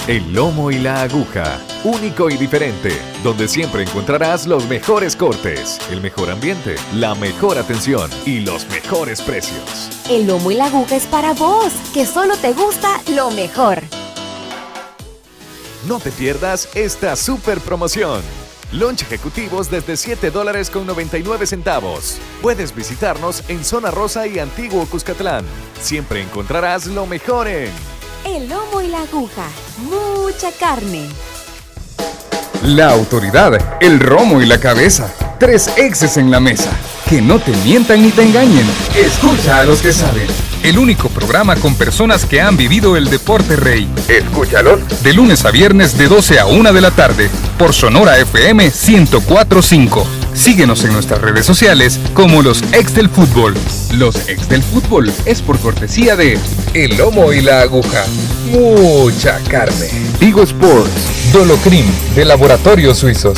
El lomo y la aguja, único y diferente, donde siempre encontrarás los mejores cortes, el mejor ambiente, la mejor atención y los mejores precios. El lomo y la aguja es para vos, que solo te gusta lo mejor. No te pierdas esta super promoción. Lunch ejecutivos desde $7.99. Puedes visitarnos en Zona Rosa y Antiguo Cuscatlán. Siempre encontrarás lo mejor en El lomo y la aguja, mucha carne. La autoridad, el romo y la cabeza. 3 exes en la mesa. Que no te mientan ni te engañen. Escucha a los que saben. El único programa con personas que han vivido el deporte rey. Escúchalo. De lunes a viernes de 12 a 1 de la tarde. Por Sonora FM 104.5. Síguenos en nuestras redes sociales como los ex del fútbol. Los ex del fútbol es por cortesía de El Lomo y la Aguja. Mucha carne. Vigo Sports. Dolocrim de Laboratorios Suizos.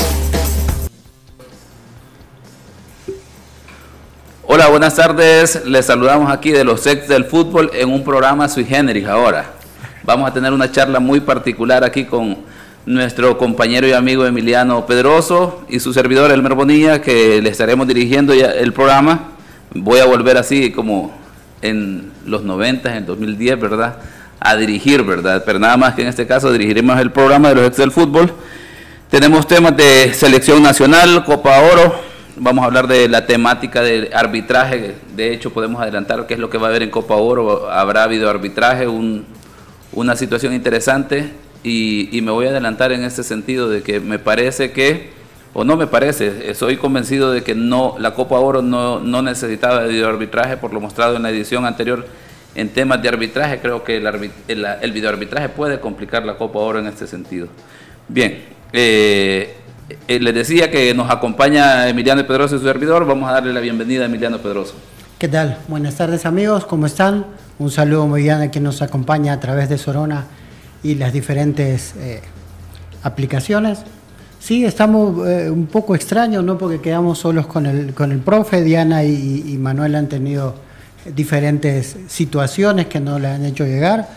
Hola, buenas tardes. Les saludamos aquí de los ex del fútbol en un programa sui generis ahora. Vamos a tener una charla muy particular aquí con nuestro compañero y amigo Emiliano Pedroso y su servidor Elmer Bonilla, que le estaremos dirigiendo ya el programa. Voy a volver así como en los 90, en 2010, ¿verdad? A dirigir, ¿verdad? Pero nada más que en este caso dirigiremos el programa de los ex del fútbol. Tenemos temas de selección nacional, Copa Oro. Vamos a hablar de la temática del arbitraje. De hecho, podemos adelantar qué es lo que va a haber en Copa Oro. Habrá habido arbitraje, una situación interesante. Y me voy a adelantar en este sentido de que me parece que, o no me parece, soy convencido de que la Copa Oro no necesitaba de videoarbitraje por lo mostrado en la edición anterior en temas de arbitraje. Creo que el videoarbitraje puede complicar la Copa Oro en este sentido. Bien, les decía que nos acompaña Emiliano Pedroso y su servidor. Vamos a darle la bienvenida a Emiliano Pedroso. ¿Qué tal? Buenas tardes, amigos, ¿cómo están? Un saludo muy grande a quien nos acompaña a través de Sorona y las diferentes aplicaciones. Sí, estamos un poco extraños, ¿no? Porque quedamos solos con el profe. Diana y Manuel han tenido diferentes situaciones que no le han hecho llegar,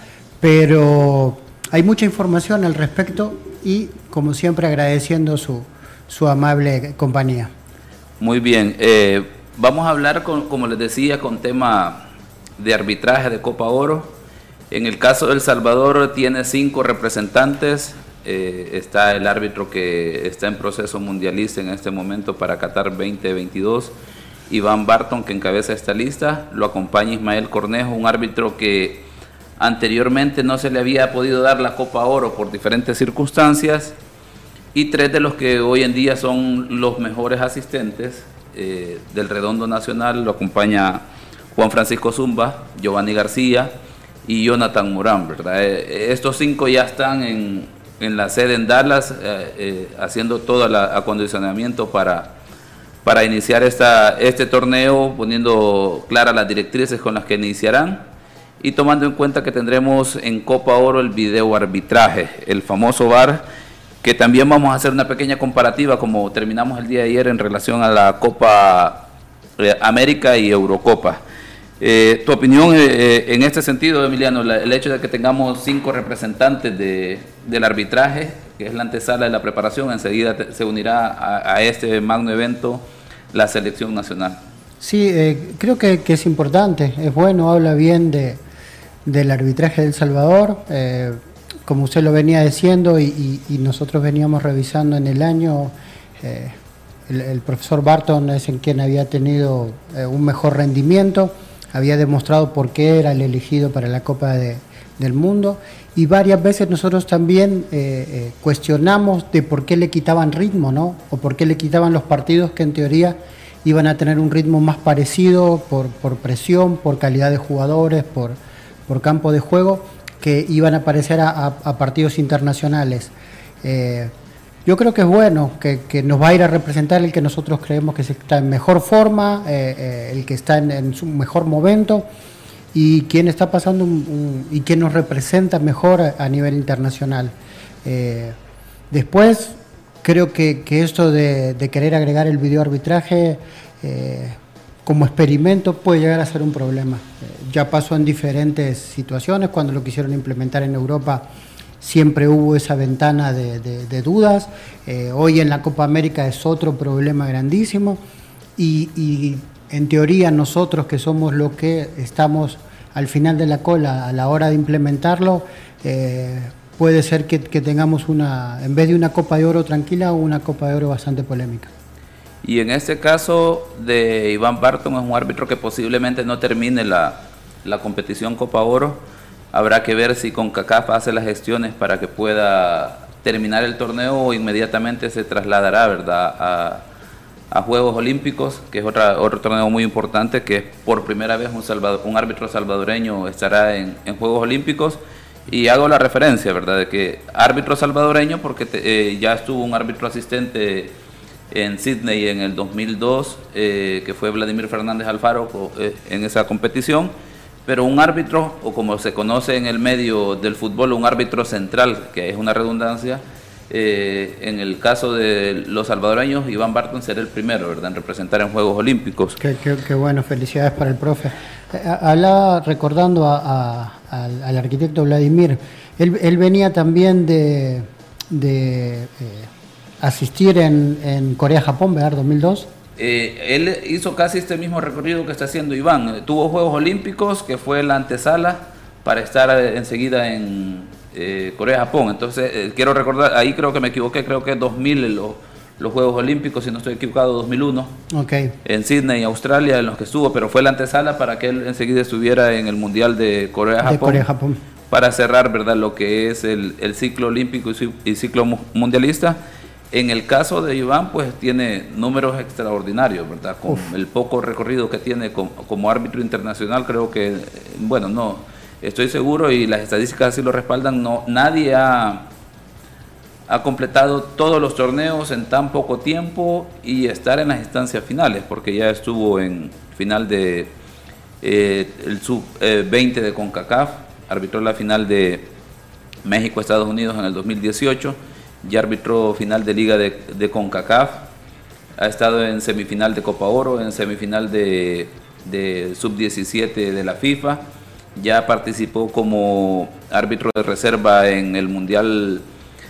pero hay mucha información al respecto y, como siempre, agradeciendo su amable compañía. Muy bien, vamos a hablar, como les decía, con tema de arbitraje de Copa Oro. En el caso de El Salvador tiene 5 representantes. Está el árbitro que está en proceso mundialista en este momento para Qatar 2022, Iván Barton, que encabeza esta lista. Lo acompaña Ismael Cornejo, un árbitro que anteriormente no se le había podido dar la Copa Oro por diferentes circunstancias, y 3 de los que hoy en día son los mejores asistentes del Redondo Nacional. Lo acompaña Juan Francisco Zumba, Giovanni García y Jonathan Morán, ¿verdad? Estos 5 ya están en la sede en Dallas, haciendo todo el acondicionamiento para iniciar este torneo, poniendo claras las directrices con las que iniciarán y tomando en cuenta que tendremos en Copa Oro el video arbitraje, el famoso VAR, que también vamos a hacer una pequeña comparativa como terminamos el día de ayer en relación a la Copa América y Eurocopa. Tu opinión en este sentido, Emiliano, el hecho de que tengamos 5 representantes del arbitraje, que es la antesala de la preparación, enseguida se unirá a este magno evento la selección nacional. Sí, creo que es importante, es bueno, habla bien del arbitraje de El Salvador, como usted lo venía diciendo y nosotros veníamos revisando en el año. El profesor Barton es en quien había tenido un mejor rendimiento, había demostrado por qué era el elegido para la Copa del Mundo, y varias veces nosotros también cuestionamos de por qué le quitaban ritmo, ¿no? O por qué le quitaban los partidos que en teoría iban a tener un ritmo más parecido por presión, por calidad de jugadores, por campo de juego, que iban a parecer a partidos internacionales. Yo creo que es bueno, que nos va a ir a representar el que nosotros creemos que está en mejor forma, el que está en su mejor momento, y quien está pasando y quien nos representa mejor a nivel internacional. Después, creo que esto de querer agregar el videoarbitraje como experimento puede llegar a ser un problema. Ya pasó en diferentes situaciones, cuando lo quisieron implementar en Europa siempre hubo esa ventana de dudas. Hoy en la Copa América es otro problema grandísimo y en teoría nosotros que somos los que estamos al final de la cola a la hora de implementarlo, puede ser que tengamos en vez de una Copa de Oro tranquila, una Copa de Oro bastante polémica. Y en este caso de Iván Barton, es un árbitro que posiblemente no termine la competición Copa Oro. Habrá que ver si CONCACAF hace las gestiones para que pueda terminar el torneo o inmediatamente se trasladará, ¿verdad?, a Juegos Olímpicos, que es otro torneo muy importante, que por primera vez un árbitro salvadoreño estará en Juegos Olímpicos. Y hago la referencia, ¿verdad?, de que árbitro salvadoreño, porque ya estuvo un árbitro asistente en Sydney en el 2002, que fue Vladimir Fernández Alfaro en esa competición, pero un árbitro, o como se conoce en el medio del fútbol, un árbitro central, que es una redundancia, en el caso de los salvadoreños, Iván Barton será el primero, ¿verdad?, en representar en Juegos Olímpicos. Qué bueno, felicidades para el profe. Hablaba recordando al arquitecto Vladimir, él venía también de asistir en Corea-Japón, ¿verdad?, 2002. Él hizo casi este mismo recorrido que está haciendo Iván. Tuvo Juegos Olímpicos, que fue la antesala para estar enseguida en Corea-Japón. Entonces, quiero recordar, ahí creo que me equivoqué, creo que es 2000 los Juegos Olímpicos, si no estoy equivocado, 2001, okay, en Sydney, Australia, en los que estuvo, pero fue la antesala para que él enseguida estuviera en el Mundial de Corea-Japón, para cerrar, ¿verdad?, lo que es el ciclo olímpico y ciclo mundialista. En el caso de Iván, pues tiene números extraordinarios, ¿verdad? Con el poco recorrido que tiene como árbitro internacional, creo que, bueno, no, estoy seguro y las estadísticas así lo respaldan, nadie ha completado todos los torneos en tan poco tiempo y estar en las instancias finales, porque ya estuvo en final de el sub-20 de CONCACAF, arbitró la final de México-Estados Unidos en el 2018, ya arbitró final de Liga de CONCACAF, ha estado en semifinal de Copa Oro, en semifinal de sub-17 de la FIFA, ya participó como árbitro de reserva en el Mundial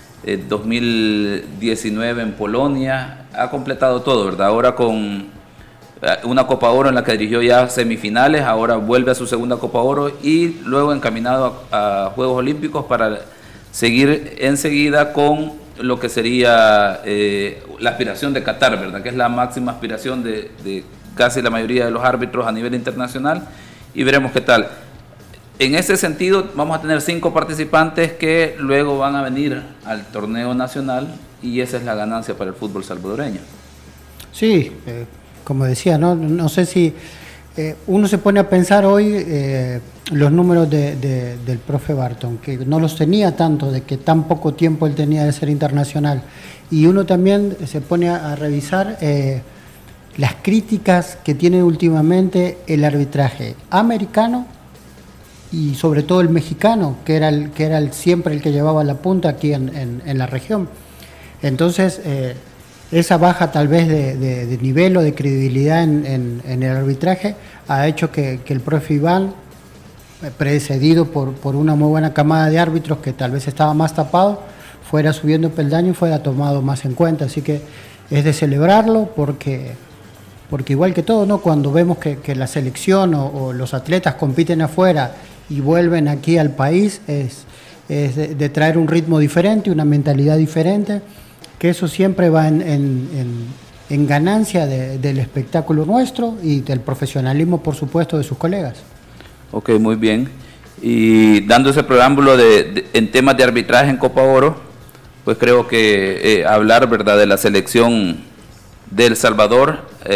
2019 en Polonia, ha completado todo, ¿verdad? Ahora con una Copa Oro en la que dirigió ya semifinales, ahora vuelve a su segunda Copa Oro y luego encaminado a Juegos Olímpicos para seguir enseguida con lo que sería la aspiración de Qatar, ¿verdad?, que es la máxima aspiración de casi la mayoría de los árbitros a nivel internacional, y veremos qué tal. En ese sentido, vamos a tener 5 participantes que luego van a venir al torneo nacional y esa es la ganancia para el fútbol salvadoreño. Sí, como decía, no sé si uno se pone a pensar hoy los números del profe Barton, que no los tenía tanto, de que tan poco tiempo él tenía de ser internacional, y uno también se pone a revisar las críticas que tiene últimamente el arbitraje americano y sobre todo el mexicano, que era siempre el que llevaba la punta aquí en la región. Entonces, esa baja tal vez de nivel o de credibilidad en el arbitraje ha hecho que el profe Iván, precedido por una muy buena camada de árbitros que tal vez estaba más tapado, fuera subiendo peldaño y fuera tomado más en cuenta. Así que es de celebrarlo porque igual que todo, ¿no?, cuando vemos que la selección o los atletas compiten afuera y vuelven aquí al país, es de traer un ritmo diferente, una mentalidad diferente, que eso siempre va en ganancia del espectáculo nuestro y del profesionalismo, por supuesto, de sus colegas. Ok, muy bien. Y dando ese preámbulo en temas de arbitraje en Copa Oro, pues creo que hablar, ¿verdad?, de la selección de El Salvador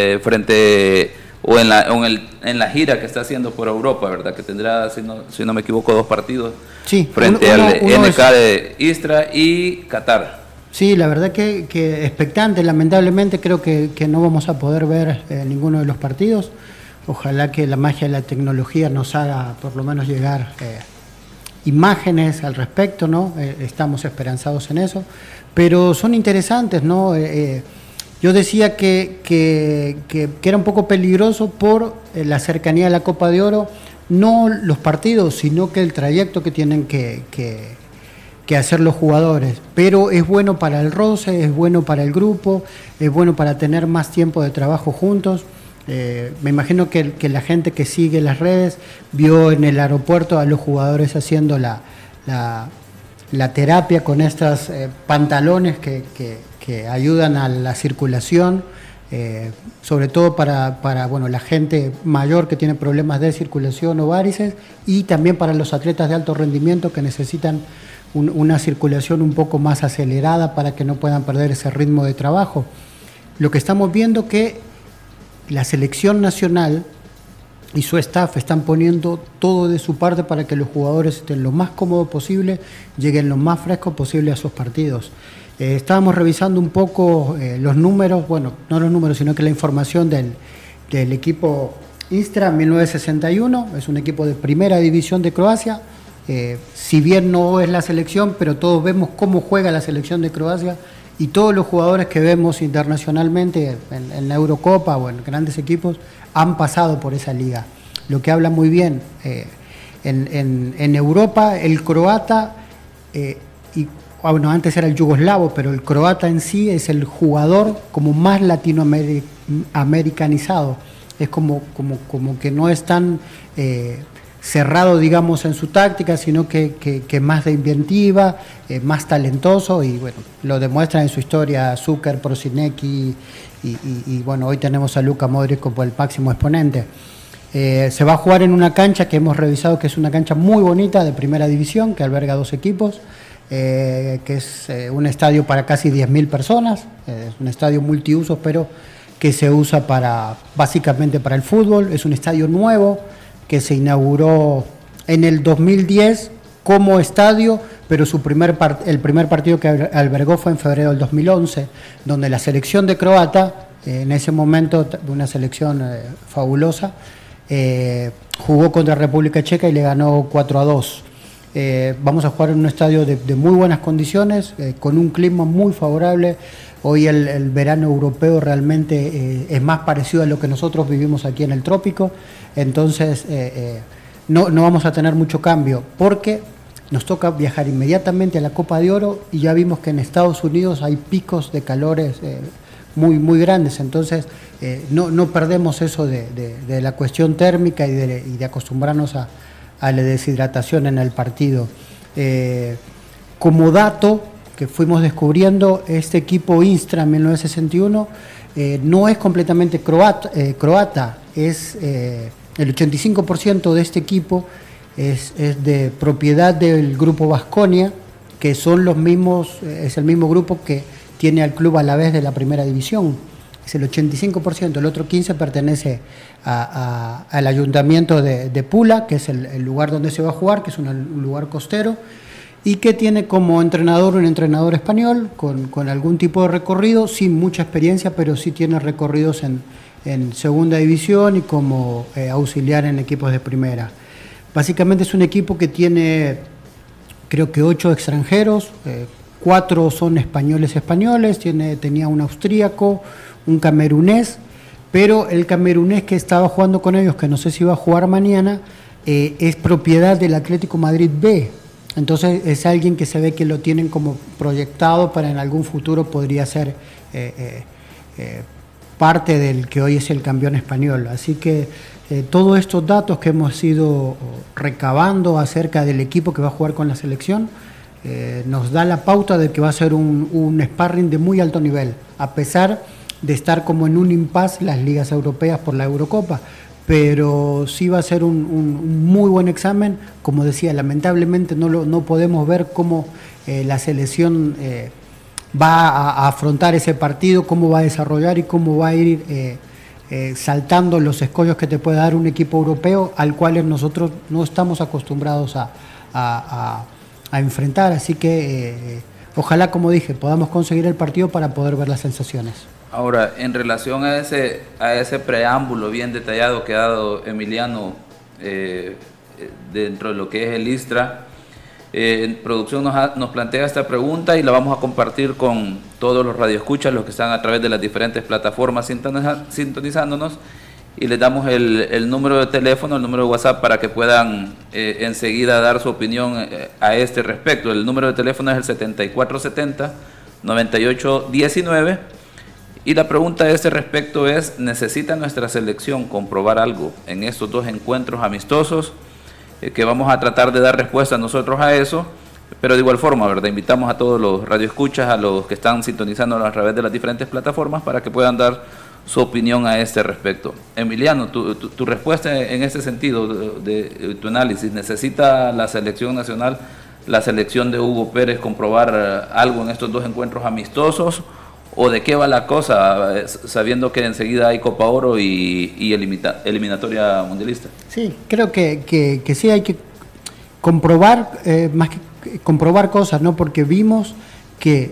en la gira que está haciendo por Europa, ¿verdad?, que tendrá, si no me equivoco, 2 partidos, sí, frente al NK de Istra y Qatar. Sí, la verdad que expectante. Lamentablemente creo que no vamos a poder ver ninguno de los partidos. Ojalá que la magia de la tecnología nos haga por lo menos llegar imágenes al respecto, ¿no? Estamos esperanzados en eso, pero son interesantes, ¿no? Yo decía que era un poco peligroso por la cercanía de la Copa de Oro, no los partidos, sino que el trayecto que tienen que hacer los jugadores, pero es bueno para el roce, es bueno para el grupo, es bueno para tener más tiempo de trabajo juntos. Me imagino que la gente que sigue las redes vio en el aeropuerto a los jugadores haciendo la terapia con estos pantalones que ayudan a la circulación, sobre todo para la gente mayor que tiene problemas de circulación o varices, y también para los atletas de alto rendimiento que necesitan una circulación un poco más acelerada para que no puedan perder ese ritmo de trabajo. Lo que estamos viendo que la selección nacional y su staff están poniendo todo de su parte para que los jugadores estén lo más cómodos posible, lleguen lo más frescos posible a sus partidos. Estábamos revisando un poco los números, bueno, no los números, sino que la información del equipo Istra 1961, es un equipo de primera división de Croacia. Si bien no es la selección, pero todos vemos cómo juega la selección de Croacia, y todos los jugadores que vemos internacionalmente en la Eurocopa o en grandes equipos han pasado por esa liga, lo que habla muy bien. En Europa el croata, antes era el yugoslavo, pero el croata en sí es el jugador como más latinoamericanizado, es como que no es tan cerrado, digamos, en su táctica, sino que más de inventiva, más talentoso, y bueno, lo demuestra en su historia Zucker, Prosinecki, y bueno, hoy tenemos a Luka Modric como el máximo exponente. Se va a jugar en una cancha que hemos revisado, que es una cancha muy bonita de primera división, que alberga 2 equipos, que es un estadio para casi 10.000 personas, es un estadio multiusos, pero que se usa básicamente para el fútbol. Es un estadio nuevo que se inauguró en el 2010 como estadio, pero el primer partido que albergó fue en febrero del 2011, donde la selección de Croata, en ese momento una selección fabulosa, jugó contra República Checa y le ganó 4-2. Vamos a jugar en un estadio de muy buenas condiciones, con un clima muy favorable. Hoy el verano europeo realmente es más parecido a lo que nosotros vivimos aquí en el trópico, entonces no vamos a tener mucho cambio, porque nos toca viajar inmediatamente a la Copa de Oro, y ya vimos que en Estados Unidos hay picos de calores muy, muy grandes, entonces no perdemos eso de la cuestión térmica y de acostumbrarnos a la deshidratación en el partido. Como dato que fuimos descubriendo, este equipo Istra en 1961 no es completamente croata, es el 85% de este equipo es de propiedad del grupo Baskonia, que son los mismos, es el mismo grupo que tiene al club Alavés de la primera división. Es el 85%, el otro 15% pertenece al ayuntamiento de Pula, que es el lugar donde se va a jugar, que es un lugar costero, y que tiene como entrenador un entrenador español con algún tipo de recorrido, sin mucha experiencia, pero sí tiene recorridos en segunda división y como auxiliar en equipos de primera. Básicamente es un equipo que tiene, creo que 8 extranjeros, 4 son españoles, tenía un austríaco, un camerunés, pero el camerunés que estaba jugando con ellos, que no sé si va a jugar mañana, es propiedad del Atlético Madrid B. Entonces es alguien que se ve que lo tienen como proyectado para en algún futuro podría ser parte del que hoy es el campeón español. Así que todos estos datos que hemos ido recabando acerca del equipo que va a jugar con la selección nos da la pauta de que va a ser un sparring de muy alto nivel, a pesar de estar como en un impasse las ligas europeas por la Eurocopa. Pero sí va a ser un muy buen examen. Como decía, lamentablemente no podemos ver cómo la selección va a afrontar ese partido, cómo va a desarrollar y cómo va a ir saltando los escollos que te puede dar un equipo europeo al cual nosotros no estamos acostumbrados a enfrentar. Así que ojalá, como dije, podamos conseguir el partido para poder ver las sensaciones. Ahora, en relación a ese preámbulo bien detallado que ha dado Emiliano dentro de lo que es el Istra, en producción nos plantea esta pregunta y la vamos a compartir con todos los radioescuchas, los que están a través de las diferentes plataformas sintonizándonos, y les damos el número de teléfono, el número de WhatsApp para que puedan enseguida dar su opinión a este respecto. El número de teléfono es el 7470-9819 y la pregunta a este respecto es: ¿necesita nuestra selección comprobar algo en estos 2 encuentros amistosos? Que vamos a tratar de dar respuesta nosotros a eso, pero de igual forma, ¿verdad? Invitamos a todos los radioescuchas, a los que están sintonizando a través de las diferentes plataformas para que puedan dar su opinión a este respecto. Emiliano, tu respuesta en este sentido, de tu análisis: ¿necesita la selección nacional, la selección de Hugo Pérez, comprobar algo en estos 2 encuentros amistosos? ¿O de qué va la cosa, sabiendo que enseguida hay Copa Oro y eliminatoria mundialista? Sí, creo que sí hay que comprobar, más que comprobar cosas, ¿no? Porque vimos que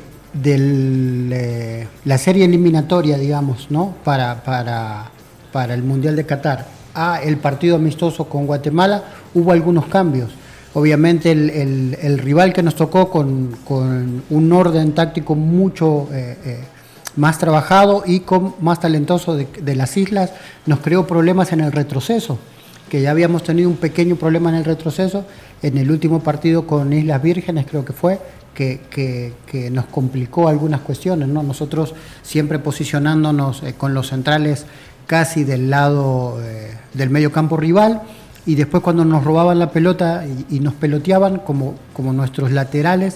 la serie eliminatoria, digamos, ¿no? para el Mundial de Qatar a el partido amistoso con Guatemala, hubo algunos cambios. Obviamente el rival que nos tocó con un orden táctico mucho más trabajado y más talentoso de las islas, nos creó problemas en el retroceso, que ya habíamos tenido un pequeño problema en el retroceso en el último partido con Islas Vírgenes, creo que fue, que nos complicó algunas cuestiones, ¿no? Nosotros siempre posicionándonos con los centrales casi del lado del medio campo rival, y después cuando nos robaban la pelota y nos peloteaban, como nuestros laterales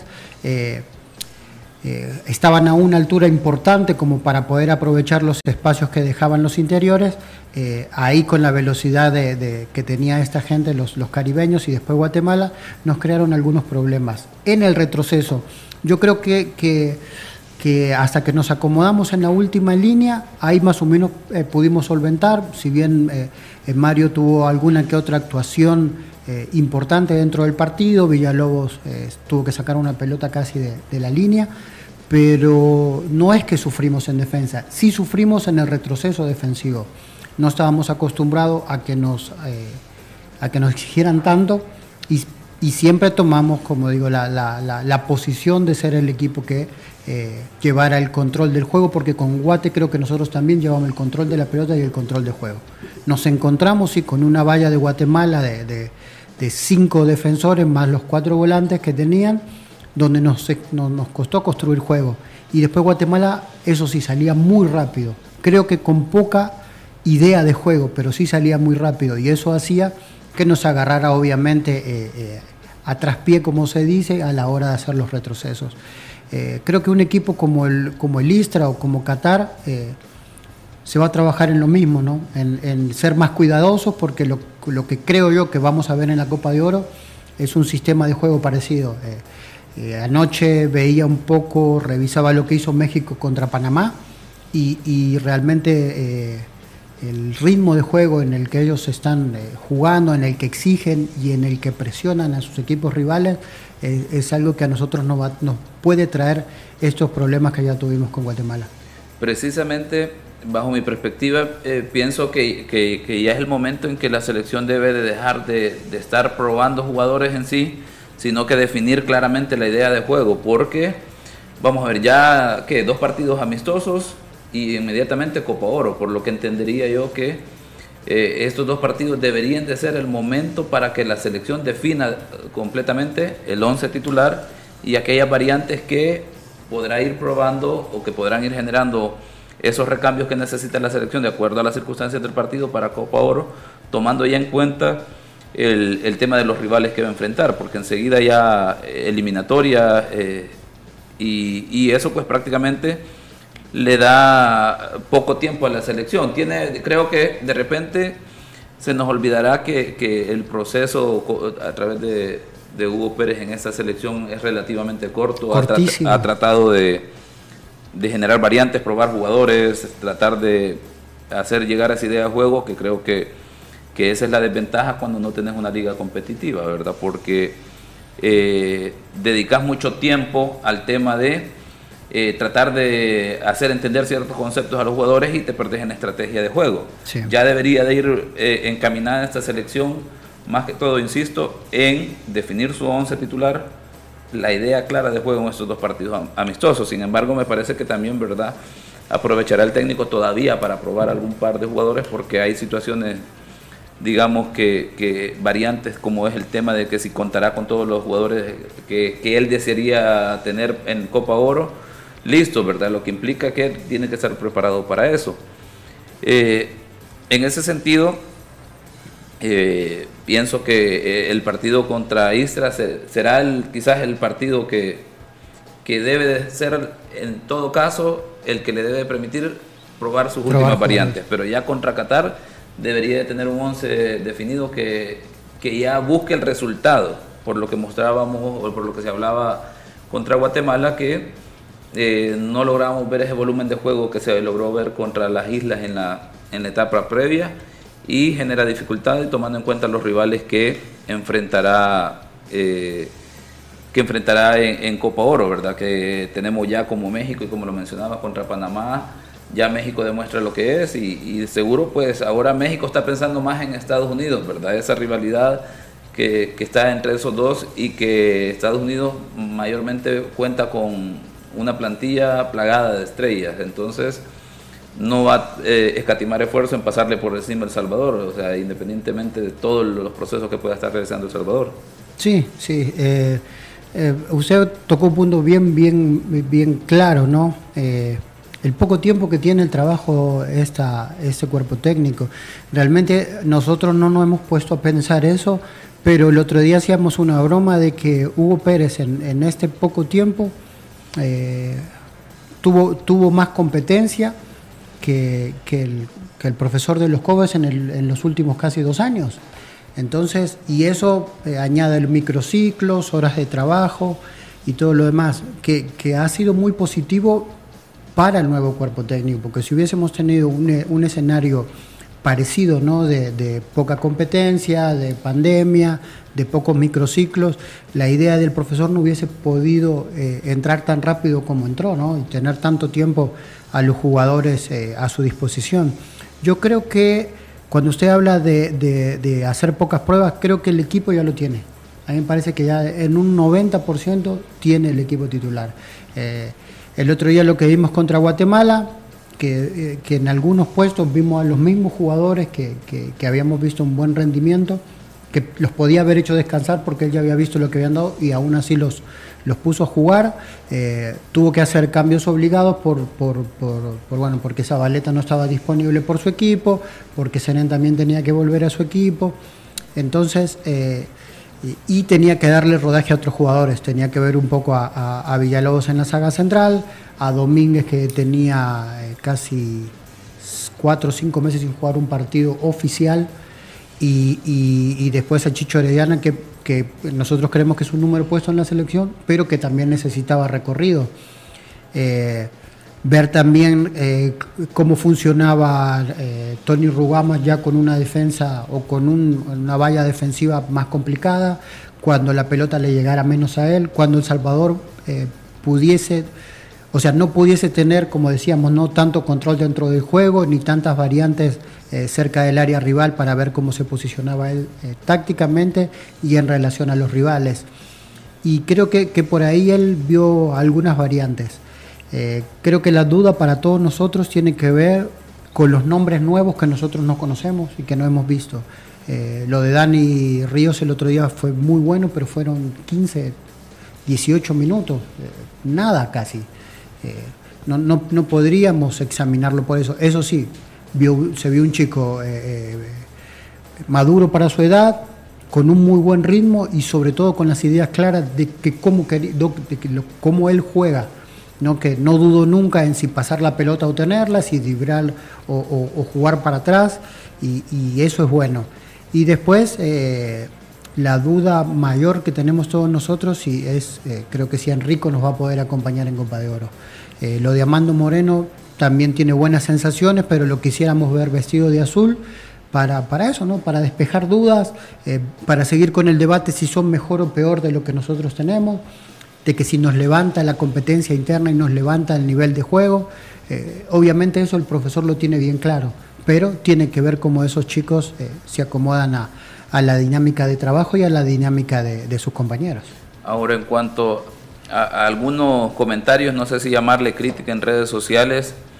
estaban a una altura importante como para poder aprovechar los espacios que dejaban los interiores, ahí con la velocidad que tenía esta gente, los caribeños y después Guatemala, nos crearon algunos problemas. En el retroceso, yo creo que hasta que nos acomodamos en la última línea, ahí más o menos pudimos solventar, si bien Mario tuvo alguna que otra actuación importante dentro del partido, Villalobos tuvo que sacar una pelota casi de la línea, pero no es que sufrimos en defensa, sí sufrimos en el retroceso defensivo. No estábamos acostumbrados a que nos exigieran tanto y siempre tomamos, como digo, la posición de ser el equipo que llevara el control del juego, porque con Guate creo que nosotros también llevamos el control de la pelota y el control del juego. Nos encontramos sí, con una valla de Guatemala de 5 defensores más los 4 volantes que tenían, donde nos costó construir juego. Y después Guatemala, eso sí, salía muy rápido. Creo que con poca idea de juego, pero sí salía muy rápido. Y eso hacía que nos agarrara, obviamente, a traspié, como se dice, a la hora de hacer los retrocesos. Creo que un equipo como el Istra o como Qatar se va a trabajar en lo mismo, ¿no? En ser más cuidadosos, porque lo que creo yo que vamos a ver en la Copa de Oro es un sistema de juego parecido. Anoche veía un poco, revisaba lo que hizo México contra Panamá y realmente el ritmo de juego en el que ellos están jugando, en el que exigen y en el que presionan a sus equipos rivales, es algo que a nosotros nos puede traer estos problemas que ya tuvimos con Guatemala. Precisamente, bajo mi perspectiva, pienso que ya es el momento en que la selección debe de dejar de estar probando jugadores en sí, sino que definir claramente la idea de juego, porque vamos a ver ya que 2 partidos amistosos y inmediatamente Copa Oro, por lo que entendería yo que estos 2 partidos deberían de ser el momento para que la selección defina completamente el 11 titular y aquellas variantes que podrá ir probando o que podrán ir generando esos recambios que necesita la selección de acuerdo a las circunstancias del partido para Copa Oro, tomando ya en cuenta el tema de los rivales que va a enfrentar, porque enseguida ya eliminatoria y eso pues prácticamente le da poco tiempo a la selección. Creo que de repente se nos olvidará que el proceso a través de Hugo Pérez en esa selección es relativamente corto. Ha tratado de generar variantes, probar jugadores, tratar de hacer llegar a esa idea de juego, que creo que esa es la desventaja cuando no tenés una liga competitiva, ¿verdad? Porque dedicas mucho tiempo al tema de tratar de hacer entender ciertos conceptos a los jugadores y te perdés en estrategia de juego. Sí. Ya debería de ir encaminada esta selección, más que todo, insisto, en definir su 11 titular, la idea clara de juego en estos 2 partidos amistosos. Sin embargo, me parece que también, ¿verdad?, aprovechará el técnico todavía para probar algún par de jugadores, porque hay situaciones, digamos que variantes, como es el tema de que si contará con todos los jugadores que él desearía tener en Copa Oro, listo, ¿verdad? Lo que implica que él tiene que estar preparado para eso. En ese sentido, pienso que el partido contra Istra será quizás el partido que debe de ser, en todo caso, el que le debe permitir probar sus últimas variantes, pero ya contra Qatar debería de tener un 11 definido que ya busque el resultado, por lo que mostrábamos o por lo que se hablaba contra Guatemala, que no logramos ver ese volumen de juego que se logró ver contra las islas en la etapa previa, y genera dificultades tomando en cuenta los rivales que enfrentará en Copa Oro, ¿verdad? Que tenemos ya como México, y como lo mencionaba contra Panamá, ya México demuestra lo que es, y seguro pues ahora México está pensando más en Estados Unidos, ¿verdad? Esa rivalidad que está entre esos dos, y que Estados Unidos mayormente cuenta con una plantilla plagada de estrellas, entonces no va a escatimar esfuerzo en pasarle por encima El Salvador, o sea, independientemente de todos los procesos que pueda estar realizando El Salvador. Sí, sí. Usted tocó un punto bien claro, ¿no? El poco tiempo que tiene el trabajo este cuerpo técnico. Realmente nosotros no nos hemos puesto a pensar eso, pero el otro día hacíamos una broma de que Hugo Pérez en este poco tiempo tuvo más competencia que el profesor de los Cobes en los últimos casi 2 años. Entonces, y eso añade el microciclos, horas de trabajo y todo lo demás, que ha sido muy positivo para el nuevo cuerpo técnico, porque si hubiésemos tenido un escenario parecido, ¿no? de poca competencia, de pandemia, de pocos microciclos, la idea del profesor no hubiese podido entrar tan rápido como entró, ¿no? Y tener tanto tiempo a los jugadores a su disposición. Yo creo que cuando usted habla de hacer pocas pruebas, creo que el equipo ya lo tiene. A mí me parece que ya en un 90% tiene el equipo titular. El otro día lo que vimos contra Guatemala, que en algunos puestos vimos a los mismos jugadores que habíamos visto un buen rendimiento, que los podía haber hecho descansar porque él ya había visto lo que habían dado, y aún así los puso a jugar. Tuvo que hacer cambios obligados porque Zabaleta no estaba disponible por su equipo, porque Senen también tenía que volver a su equipo. Entonces, y tenía que darle rodaje a otros jugadores, tenía que ver un poco a Villalobos en la saga central, a Domínguez, que tenía casi 4 o 5 meses sin jugar un partido oficial, y después a Chicho Herediana, que nosotros creemos que es un número puesto en la selección, pero que también necesitaba recorrido. Ver también cómo funcionaba Tony Rugama ya con una defensa o con una valla defensiva más complicada, cuando la pelota le llegara menos a él, cuando El Salvador no pudiese tener, como decíamos, no tanto control dentro del juego, ni tantas variantes cerca del área rival para ver cómo se posicionaba él tácticamente y en relación a los rivales. Y creo que por ahí él vio algunas variantes. Creo que la duda para todos nosotros tiene que ver con los nombres nuevos que nosotros no conocemos y que no hemos visto. Lo de Dani Ríos el otro día fue muy bueno, pero fueron 15, 18 minutos, nada casi. No podríamos examinarlo por eso. Eso sí, se vio un chico maduro para su edad, con un muy buen ritmo y sobre todo con las ideas claras de cómo él juega, ¿no? Que no dudó nunca en si pasar la pelota o tenerla, si driblar o jugar para atrás, y eso es bueno. Y después la duda mayor que tenemos todos nosotros creo que si Enrico nos va a poder acompañar en Copa de Oro. Lo de Amando Moreno también tiene buenas sensaciones, pero lo quisiéramos ver vestido de azul para eso, ¿no? Para despejar dudas, para seguir con el debate si son mejor o peor de lo que nosotros tenemos, de que si nos levanta la competencia interna y nos levanta el nivel de juego. Obviamente eso el profesor lo tiene bien claro, pero tiene que ver cómo esos chicos se acomodan a la dinámica de trabajo y a la dinámica de sus compañeros. Ahora, en cuanto a algunos comentarios, no sé si llamarle crítica en redes sociales,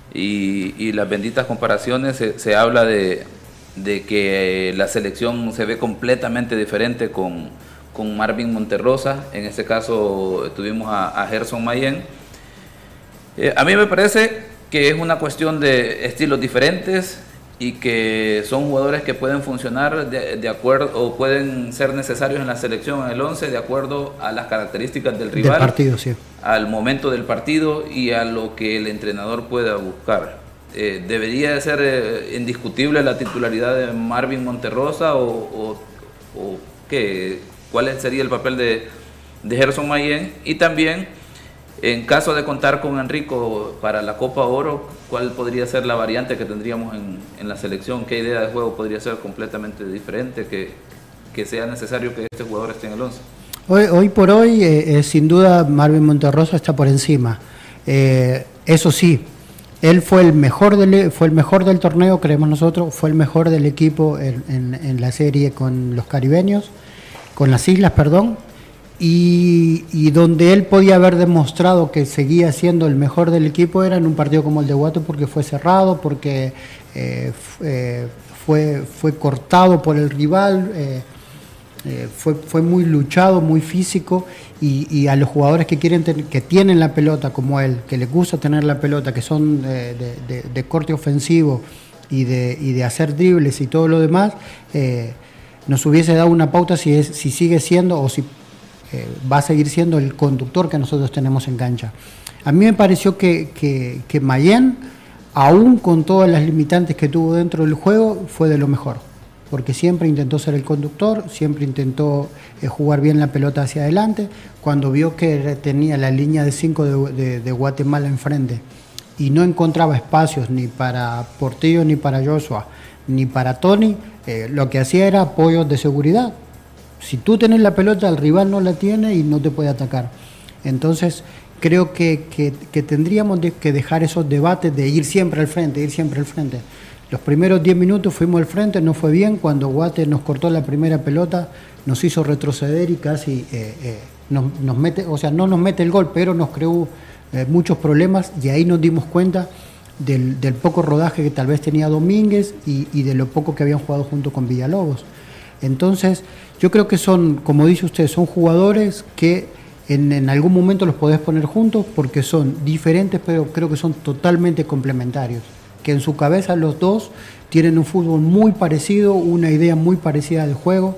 y las benditas comparaciones, se habla de que la selección se ve completamente diferente con Marvin Monterrosa. En este caso tuvimos a Gerson Mayén. A mí me parece que es una cuestión de estilos diferentes y que son jugadores que pueden funcionar de acuerdo, o pueden ser necesarios en la selección, en el 11, de acuerdo a las características del rival, del partido, sí, al momento del partido y a lo que el entrenador pueda buscar. ¿Debería de ser indiscutible la titularidad de Marvin Monterrosa o qué? ¿Cuál sería el papel de Gerson Mayén? Y también, en caso de contar con Enrico para la Copa Oro, ¿cuál podría ser la variante que tendríamos en la selección? ¿Qué idea de juego podría ser completamente diferente que sea necesario que este jugador esté en el 11? Hoy por hoy, sin duda, Marvin Monterrosa está por encima. Eso sí, él fue el mejor del torneo, creemos nosotros, fue el mejor del equipo en la serie con los caribeños, con las islas, perdón. Y donde él podía haber demostrado que seguía siendo el mejor del equipo era en un partido como el de Guate, porque fue cerrado, porque fue cortado por el rival, fue muy luchado, muy físico, y a los jugadores que tienen la pelota como él, que les gusta tener la pelota, que son de corte ofensivo y de hacer dribles y todo lo demás, nos hubiese dado una pauta si sigue siendo o si va a seguir siendo el conductor que nosotros tenemos en cancha. A mí me pareció que Mayén, aún con todas las limitantes que tuvo dentro del juego, fue de lo mejor, porque siempre intentó ser el conductor, siempre intentó jugar bien la pelota hacia adelante. Cuando vio que tenía la línea de 5 de Guatemala enfrente y no encontraba espacios ni para Portillo, ni para Joshua, ni para Tony, lo que hacía era apoyos de seguridad. Si tú tenés la pelota, el rival no la tiene y no te puede atacar. Entonces, creo que tendríamos que dejar esos debates de ir siempre al frente, Los primeros 10 minutos fuimos al frente, no fue bien. Cuando Guate nos cortó la primera pelota, nos hizo retroceder y casi nos mete, o sea, no nos mete el gol, pero nos creó muchos problemas, y ahí nos dimos cuenta del poco rodaje que tal vez tenía Domínguez y de lo poco que habían jugado junto con Villalobos. Entonces, yo creo que son, como dice usted, son jugadores que en algún momento los podés poner juntos porque son diferentes, pero creo que son totalmente complementarios. Que en su cabeza los dos tienen un fútbol muy parecido, una idea muy parecida del juego,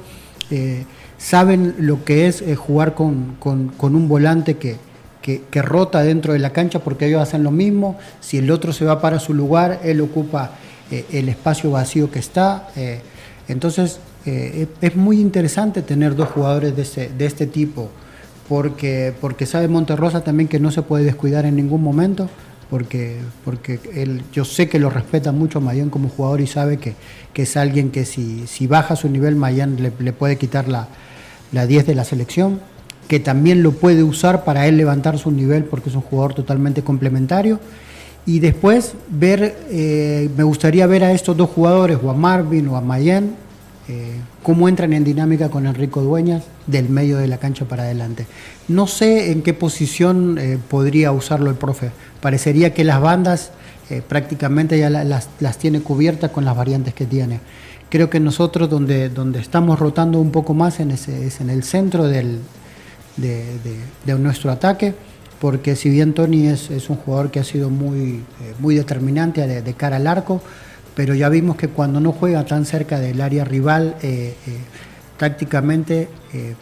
saben lo que es jugar con un volante que rota dentro de la cancha, porque ellos hacen lo mismo. Si el otro se va para su lugar, él ocupa el espacio vacío que está. Entonces, es muy interesante tener dos jugadores de este tipo, porque sabe Monterrosa también que no se puede descuidar en ningún momento, porque yo sé que lo respeta mucho a Mayén como jugador y sabe que es alguien que si baja su nivel, Mayén le puede quitar la 10 de la selección, que también lo puede usar para él levantar su nivel porque es un jugador totalmente complementario. Y después me gustaría ver a estos dos jugadores, o a Marvin o a Mayén, cómo entran en dinámica con Enrico Dueñas del medio de la cancha para adelante. No sé en qué posición podría usarlo el profe. Parecería que las bandas prácticamente ya las tiene cubiertas con las variantes que tiene. Creo que nosotros donde estamos rotando un poco más es en el centro de nuestro ataque, porque si bien Tony es un jugador que ha sido muy determinante de cara al arco, pero ya vimos que cuando no juega tan cerca del área rival, tácticamente,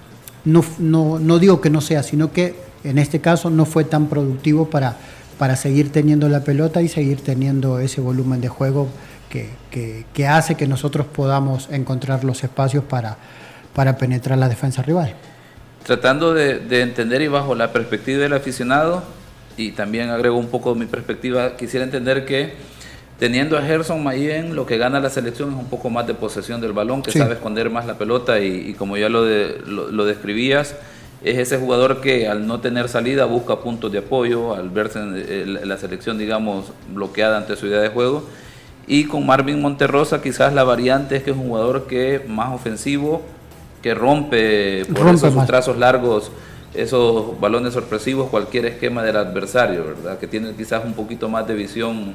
no digo que no sea, sino que en este caso no fue tan productivo para seguir teniendo la pelota y seguir teniendo ese volumen de juego que hace que nosotros podamos encontrar los espacios para penetrar la defensa rival. Tratando de entender y bajo la perspectiva del aficionado, y también agrego un poco mi perspectiva, quisiera entender que teniendo a Gerson Mayén, lo que gana la selección es un poco más de posesión del balón, que sí sabe esconder más la pelota y como ya lo describías, es ese jugador que al no tener salida busca puntos de apoyo, al verse en la selección, digamos, bloqueada ante su idea de juego. Y con Marvin Monterrosa quizás la variante es que es un jugador que más ofensivo, que rompe esos trazos largos, esos balones sorpresivos, cualquier esquema del adversario, ¿verdad? Que tiene quizás un poquito más de visión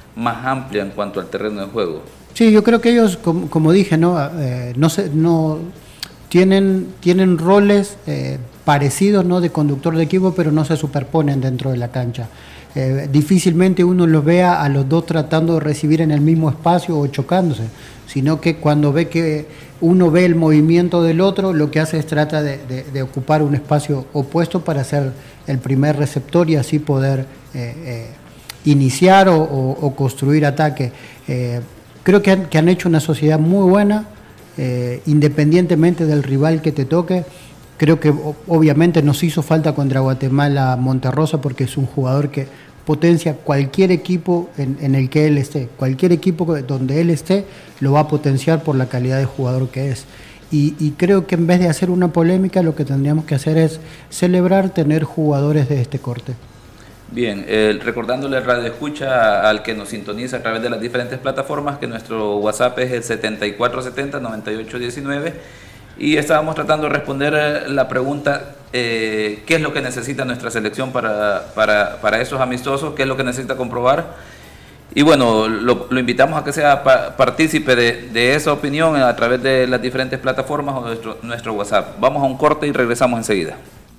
más amplia en cuanto al terreno de juego. Sí, yo creo que ellos, como dije, no tienen roles parecidos, ¿no?, de conductor de equipo, pero no se superponen dentro de la cancha. Difícilmente uno los vea a los dos tratando de recibir en el mismo espacio o chocándose, sino que cuando ve que uno ve el movimiento del otro, lo que hace es trata de ocupar un espacio opuesto para ser el primer receptor y así poder iniciar o construir ataque. Creo que han hecho una sociedad muy buena, independientemente del rival que te toque. Creo que obviamente nos hizo falta contra Guatemala Monterrosa porque es un jugador que potencia cualquier equipo en el que él esté. Cualquier equipo donde él esté lo va a potenciar por la calidad de jugador que es. Y creo que en vez de hacer una polémica, lo que tendríamos que hacer es celebrar tener jugadores de este corte. Bien, recordándole Radio Escucha al que nos sintoniza a través de las diferentes plataformas que nuestro WhatsApp es el 7470-9819 y estábamos tratando de responder la pregunta qué es lo que necesita nuestra selección para esos amistosos, qué es lo que necesita comprobar. Y bueno, lo invitamos a que sea partícipe de esa opinión a través de las diferentes plataformas o de nuestro WhatsApp. Vamos a un corte y regresamos enseguida.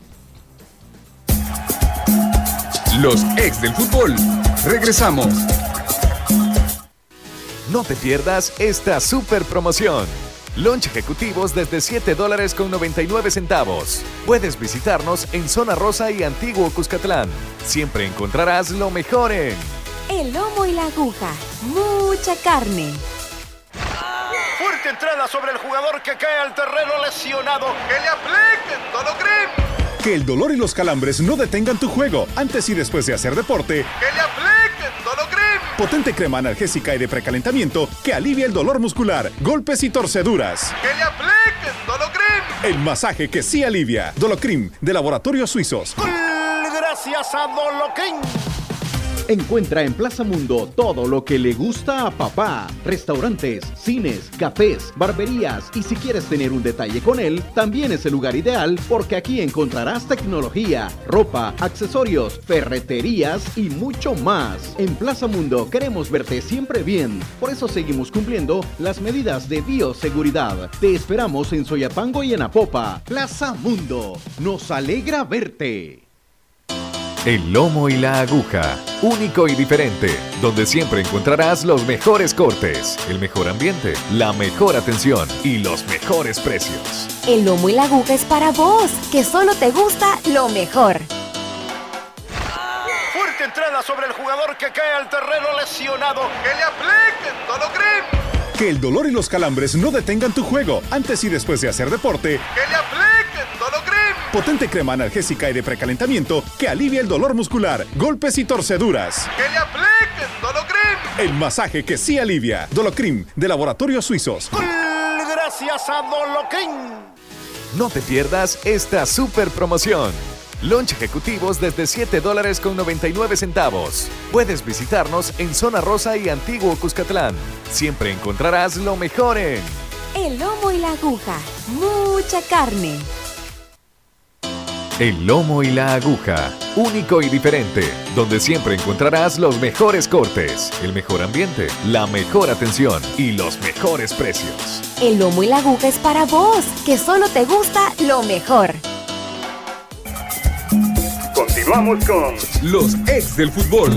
Los ex del fútbol. Regresamos. No te pierdas esta super promoción. Lunch ejecutivos desde $7.99. Puedes visitarnos en Zona Rosa y Antiguo Cuscatlán. Siempre encontrarás lo mejor en El Lomo y la Aguja. Mucha carne. Fuerte entrada sobre el jugador que cae al terreno lesionado. ¡Que le apliquen Dolocrim! Que el dolor y los calambres no detengan tu juego antes y después de hacer deporte. ¡Que le apliquen Dolocrim! Potente crema analgésica y de precalentamiento que alivia el dolor muscular, golpes y torceduras. ¡Que le apliquen Dolocrim! El masaje que sí alivia. Dolocrim, de Laboratorios Suizos. Gracias a Dolocrim. Encuentra en Plaza Mundo todo lo que le gusta a papá. Restaurantes, cines, cafés, barberías y si quieres tener un detalle con él, también es el lugar ideal porque aquí encontrarás tecnología, ropa, accesorios, ferreterías y mucho más. En Plaza Mundo queremos verte siempre bien, por eso seguimos cumpliendo las medidas de bioseguridad. Te esperamos en Soyapango y en Apopa. Plaza Mundo, nos alegra verte. El Lomo y la Aguja, único y diferente, donde siempre encontrarás los mejores cortes, el mejor ambiente, la mejor atención y los mejores precios. El Lomo y la Aguja es para vos, que solo te gusta lo mejor. Fuerte entrada sobre el jugador que cae al terreno lesionado. ¡Que le apliquen Dolocrim! Que el dolor y los calambres no detengan tu juego antes y después de hacer deporte. ¡Que le apliquen Dolocrim! Potente crema analgésica y de precalentamiento que alivia el dolor muscular, golpes y torceduras. ¡Que le apliquen Dolocrim! El masaje que sí alivia. Dolocrim, de Laboratorios Suizos. Gracias a Dolocrim. No te pierdas esta super promoción. Lunch ejecutivos desde $7.99. Puedes visitarnos en Zona Rosa y Antiguo Cuscatlán. Siempre encontrarás lo mejor en El Lomo y la Aguja. Mucha carne. El Lomo y la Aguja, único y diferente, donde siempre encontrarás los mejores cortes, el mejor ambiente, la mejor atención y los mejores precios. El Lomo y la Aguja es para vos, que solo te gusta lo mejor. Continuamos con Los ex del fútbol.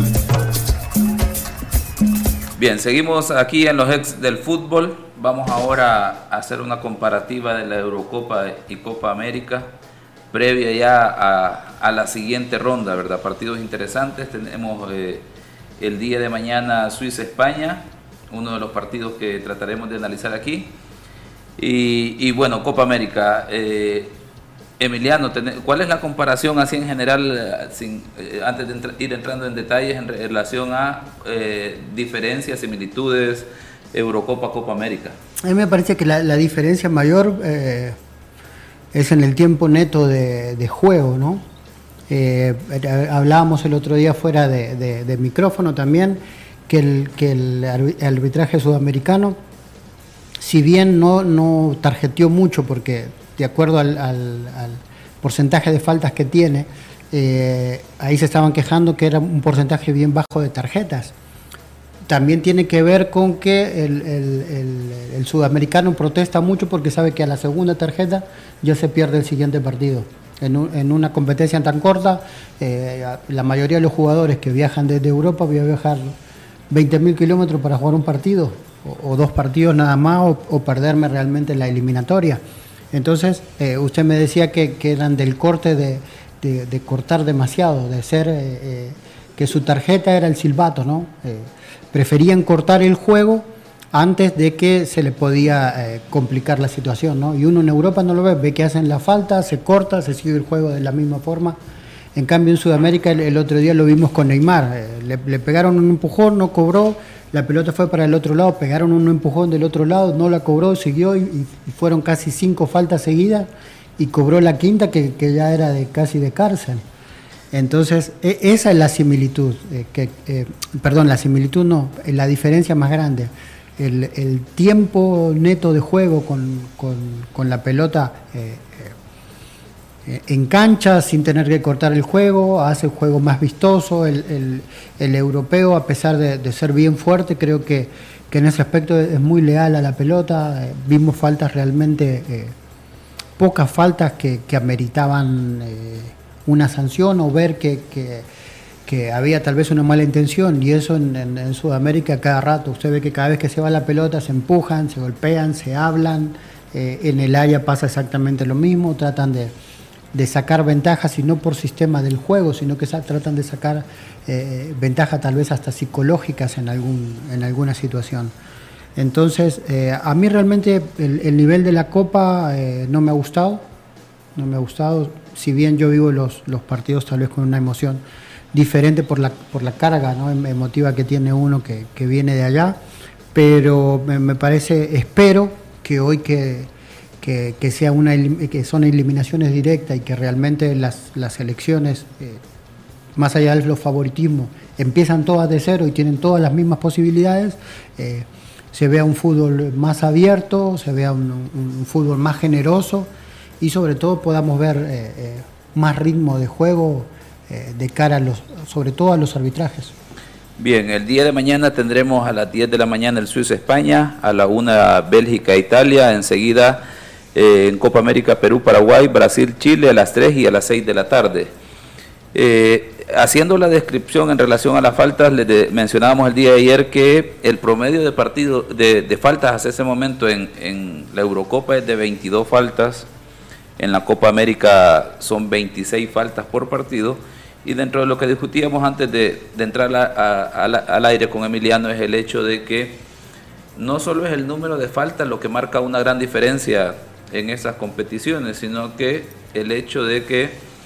Bien, seguimos aquí en los ex del fútbol. Vamos ahora a hacer una comparativa de la Eurocopa y Copa América, previa ya a la siguiente ronda, ¿verdad? Partidos interesantes. Tenemos el día de mañana Suiza-España, uno de los partidos que trataremos de analizar aquí. Y bueno, Copa América. Emiliano, ¿cuál es la comparación así en general, antes de ir entrando en detalles en relación a diferencias, similitudes, Eurocopa, Copa América? A mí me parece que la diferencia mayor es en el tiempo neto de juego, ¿no? Hablábamos el otro día fuera de micrófono también que el arbitraje sudamericano, si bien no tarjeteó mucho porque de acuerdo al porcentaje de faltas que tiene, ahí se estaban quejando que era un porcentaje bien bajo de tarjetas. también tiene que ver con que el sudamericano protesta mucho porque sabe que a la segunda tarjeta ya se pierde el siguiente partido. En una competencia tan corta, la mayoría de los jugadores que viajan desde Europa voy a viajar 20.000 kilómetros para jugar un partido, o 2 partidos nada más, o perderme realmente la eliminatoria. Entonces, usted me decía que eran del corte de cortar demasiado, de ser que su tarjeta era el silbato, ¿no? Preferían cortar el juego antes de que se le podía complicar la situación, ¿no? Y uno en Europa no lo ve que hacen la falta, se corta, se sigue el juego de la misma forma. En cambio en Sudamérica el otro día lo vimos con Neymar, le pegaron un empujón, no cobró, la pelota fue para el otro lado, pegaron un empujón del otro lado, no la cobró, siguió y fueron casi 5 faltas seguidas y cobró la quinta que ya era casi de cárcel. Entonces, esa es la similitud, la similitud no, la diferencia más grande. El tiempo neto de juego con la pelota en cancha, sin tener que cortar el juego, hace el juego más vistoso. El europeo, a pesar de ser bien fuerte, creo que en ese aspecto es muy leal a la pelota. Vimos faltas realmente, pocas faltas que ameritaban una sanción o ver que había tal vez una mala intención, y eso en Sudamérica cada rato, usted ve que cada vez que se va la pelota se empujan, se golpean, se hablan, en el área pasa exactamente lo mismo, tratan de sacar ventajas y no por sistema del juego, sino que tratan de sacar ventajas tal vez hasta psicológicas en alguna situación. Entonces, a mí realmente el nivel de la Copa no me ha gustado, si bien yo vivo los partidos tal vez con una emoción diferente por la carga, ¿no?, emotiva que tiene uno que viene de allá, pero me parece, espero que hoy que sea que son eliminaciones directas y que realmente las elecciones, más allá de los favoritismos, empiezan todas de cero y tienen todas las mismas posibilidades, se vea un fútbol más abierto, se vea un fútbol más generoso y sobre todo podamos ver más ritmo de juego de cara sobre todo a los arbitrajes. Bien, el día de mañana tendremos a las 10 de la mañana el Suiza-España, a la 1 Bélgica-Italia, enseguida en Copa América Perú-Paraguay, Brasil-Chile a las 3 y a las 6 de la tarde. Haciendo la descripción en relación a las faltas, mencionábamos el día de ayer que el promedio de partido de faltas hasta ese momento en la Eurocopa es de 22 faltas, en la Copa América son 26 faltas por partido, y dentro de lo que discutíamos antes de entrar al aire con Emiliano es el hecho de que no solo es el número de faltas lo que marca una gran diferencia en esas competiciones, sino que el hecho de que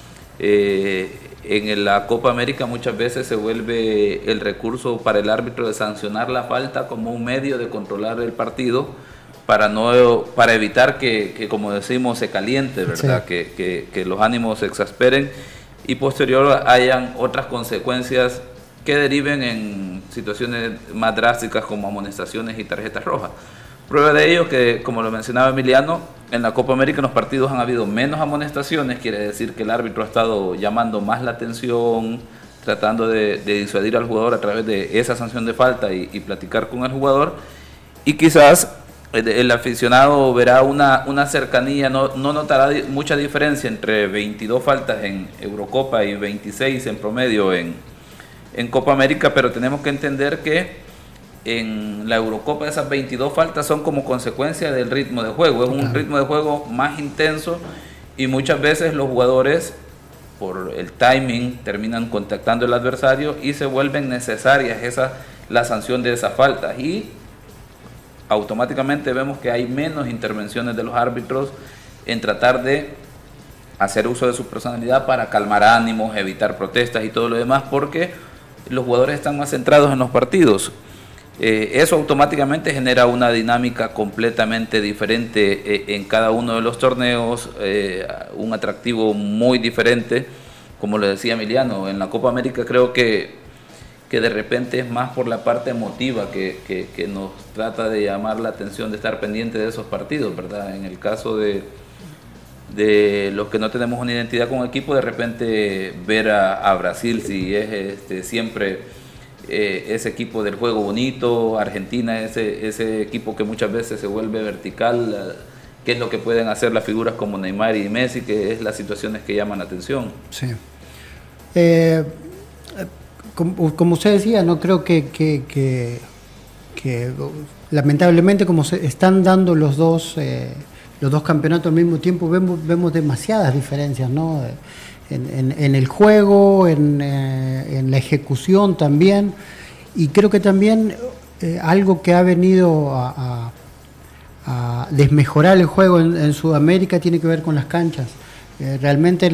en la Copa América muchas veces se vuelve el recurso para el árbitro de sancionar la falta como un medio de controlar el partido para evitar que como decimos, se caliente, ¿verdad? Sí. Que los ánimos se exasperen y posterior hayan otras consecuencias que deriven en situaciones más drásticas como amonestaciones y tarjetas rojas. Prueba de ello que, como lo mencionaba Emiliano, en la Copa América en los partidos han habido menos amonestaciones, quiere decir que el árbitro ha estado llamando más la atención, tratando de disuadir al jugador a través de esa sanción de falta y platicar con el jugador, y quizás el aficionado verá una cercanía, no notará mucha diferencia entre 22 faltas en Eurocopa y 26 en promedio en Copa América, pero tenemos que entender que en la Eurocopa esas 22 faltas son como consecuencia del ritmo de juego, es un ritmo de juego más intenso y muchas veces los jugadores por el timing terminan contactando al adversario y se vuelven necesarias la sanción de esas faltas, y automáticamente vemos que hay menos intervenciones de los árbitros en tratar de hacer uso de su personalidad para calmar ánimos, evitar protestas y todo lo demás, porque los jugadores están más centrados en los partidos. Eso automáticamente genera una dinámica completamente diferente en cada uno de los torneos, un atractivo muy diferente, como le decía Emiliano. En la Copa América creo que de repente es más por la parte emotiva que nos trata de llamar la atención, de estar pendiente de esos partidos, ¿verdad? En el caso de los que no tenemos una identidad con el equipo, de repente ver a Brasil, si es siempre ese equipo del juego bonito, Argentina, ese equipo que muchas veces se vuelve vertical, qué es lo que pueden hacer las figuras como Neymar y Messi, que es las situaciones que llaman la atención. Sí. Como usted decía, no creo que lamentablemente como se están dando los dos campeonatos al mismo tiempo, vemos demasiadas diferencias, ¿no? En el juego, en la ejecución también, y creo que también algo que ha venido a desmejorar el juego en Sudamérica tiene que ver con las canchas. Realmente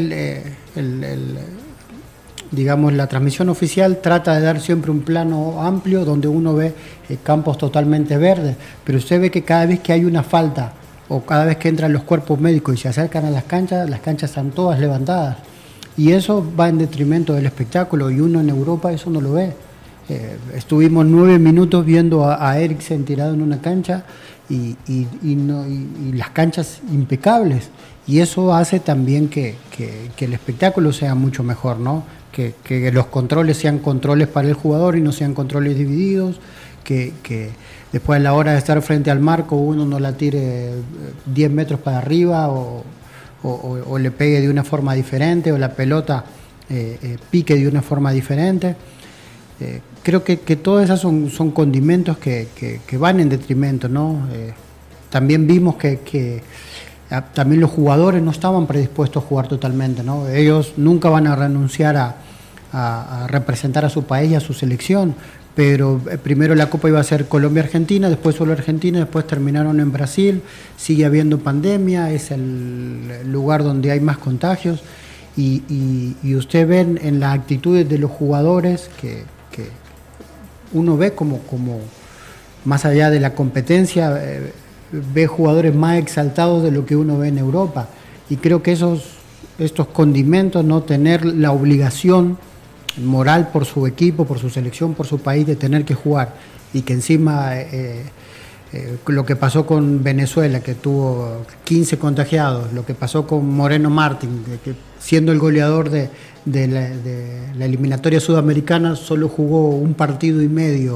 digamos, la transmisión oficial trata de dar siempre un plano amplio donde uno ve campos totalmente verdes, pero usted ve que cada vez que hay una falta o cada vez que entran los cuerpos médicos y se acercan a las canchas están todas levantadas. Y eso va en detrimento del espectáculo, y uno en Europa eso no lo ve. Estuvimos 9 minutos viendo a Eriksen tirado en una cancha y las canchas impecables. Y eso hace también que el espectáculo sea mucho mejor, ¿no? Que los controles sean controles para el jugador y no sean controles divididos, que después a la hora de estar frente al marco uno no la tire 10 metros para arriba o le pegue de una forma diferente, o la pelota pique de una forma diferente. Creo que todas esas son condimentos que van en detrimento, ¿no? También vimos que también los jugadores no estaban predispuestos a jugar totalmente, ¿no? Ellos nunca van a renunciar a representar a su país y a su selección, pero primero la Copa iba a ser Colombia-Argentina, después solo Argentina, después terminaron en Brasil, sigue habiendo pandemia, es el lugar donde hay más contagios, y usted ve en las actitudes de los jugadores que uno ve como más allá de la competencia, ve jugadores más exaltados de lo que uno ve en Europa, y creo que estos condimentos, no tener la obligación moral por su equipo, por su selección, por su país de tener que jugar, y que encima lo que pasó con Venezuela, que tuvo 15 contagiados, lo que pasó con Moreno Martín, que siendo el goleador de la eliminatoria sudamericana solo jugó un partido y medio,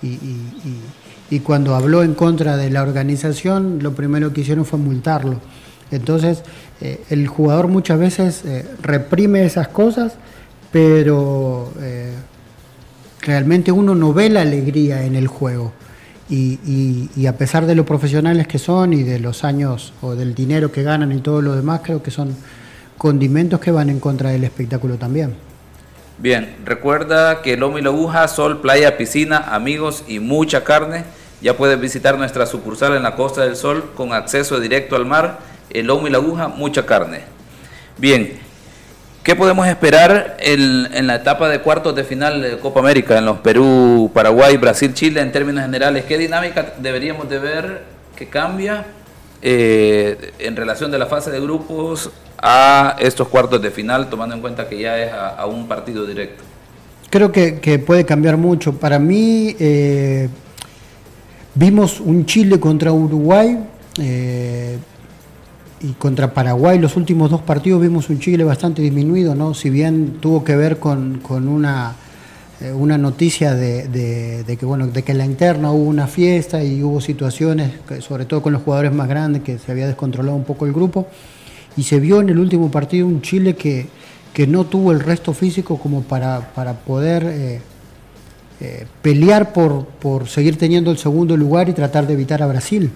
y cuando habló en contra de la organización lo primero que hicieron fue multarlo. Entonces el jugador muchas veces reprime esas cosas, pero realmente uno no ve la alegría en el juego, y a pesar de lo profesionales que son y de los años o del dinero que ganan y todo lo demás, creo que son condimentos que van en contra del espectáculo también. Bien, recuerda que Lomo y la Aguja, sol, playa, piscina, amigos y mucha carne. Ya puedes visitar nuestra sucursal en la Costa del Sol con acceso directo al mar. El Lomo y la Aguja, mucha carne. Bien, ¿qué podemos esperar en la etapa de cuartos de final de Copa América, en los Perú, Paraguay, Brasil, Chile, en términos generales? ¿Qué dinámica deberíamos de ver que cambia en relación de la fase de grupos a estos cuartos de final, tomando en cuenta que ya es a un partido directo? Creo que puede cambiar mucho. Para mí, vimos un Chile contra Uruguay y contra Paraguay. Los últimos 2 partidos vimos un Chile bastante disminuido, ¿no? Si bien tuvo que ver con una noticia de que en la interna hubo una fiesta y hubo situaciones, sobre todo con los jugadores más grandes, que se había descontrolado un poco el grupo. Y se vio en el último partido un Chile que no tuvo el resto físico como para poder pelear por seguir teniendo el segundo lugar y tratar de evitar a Brasil.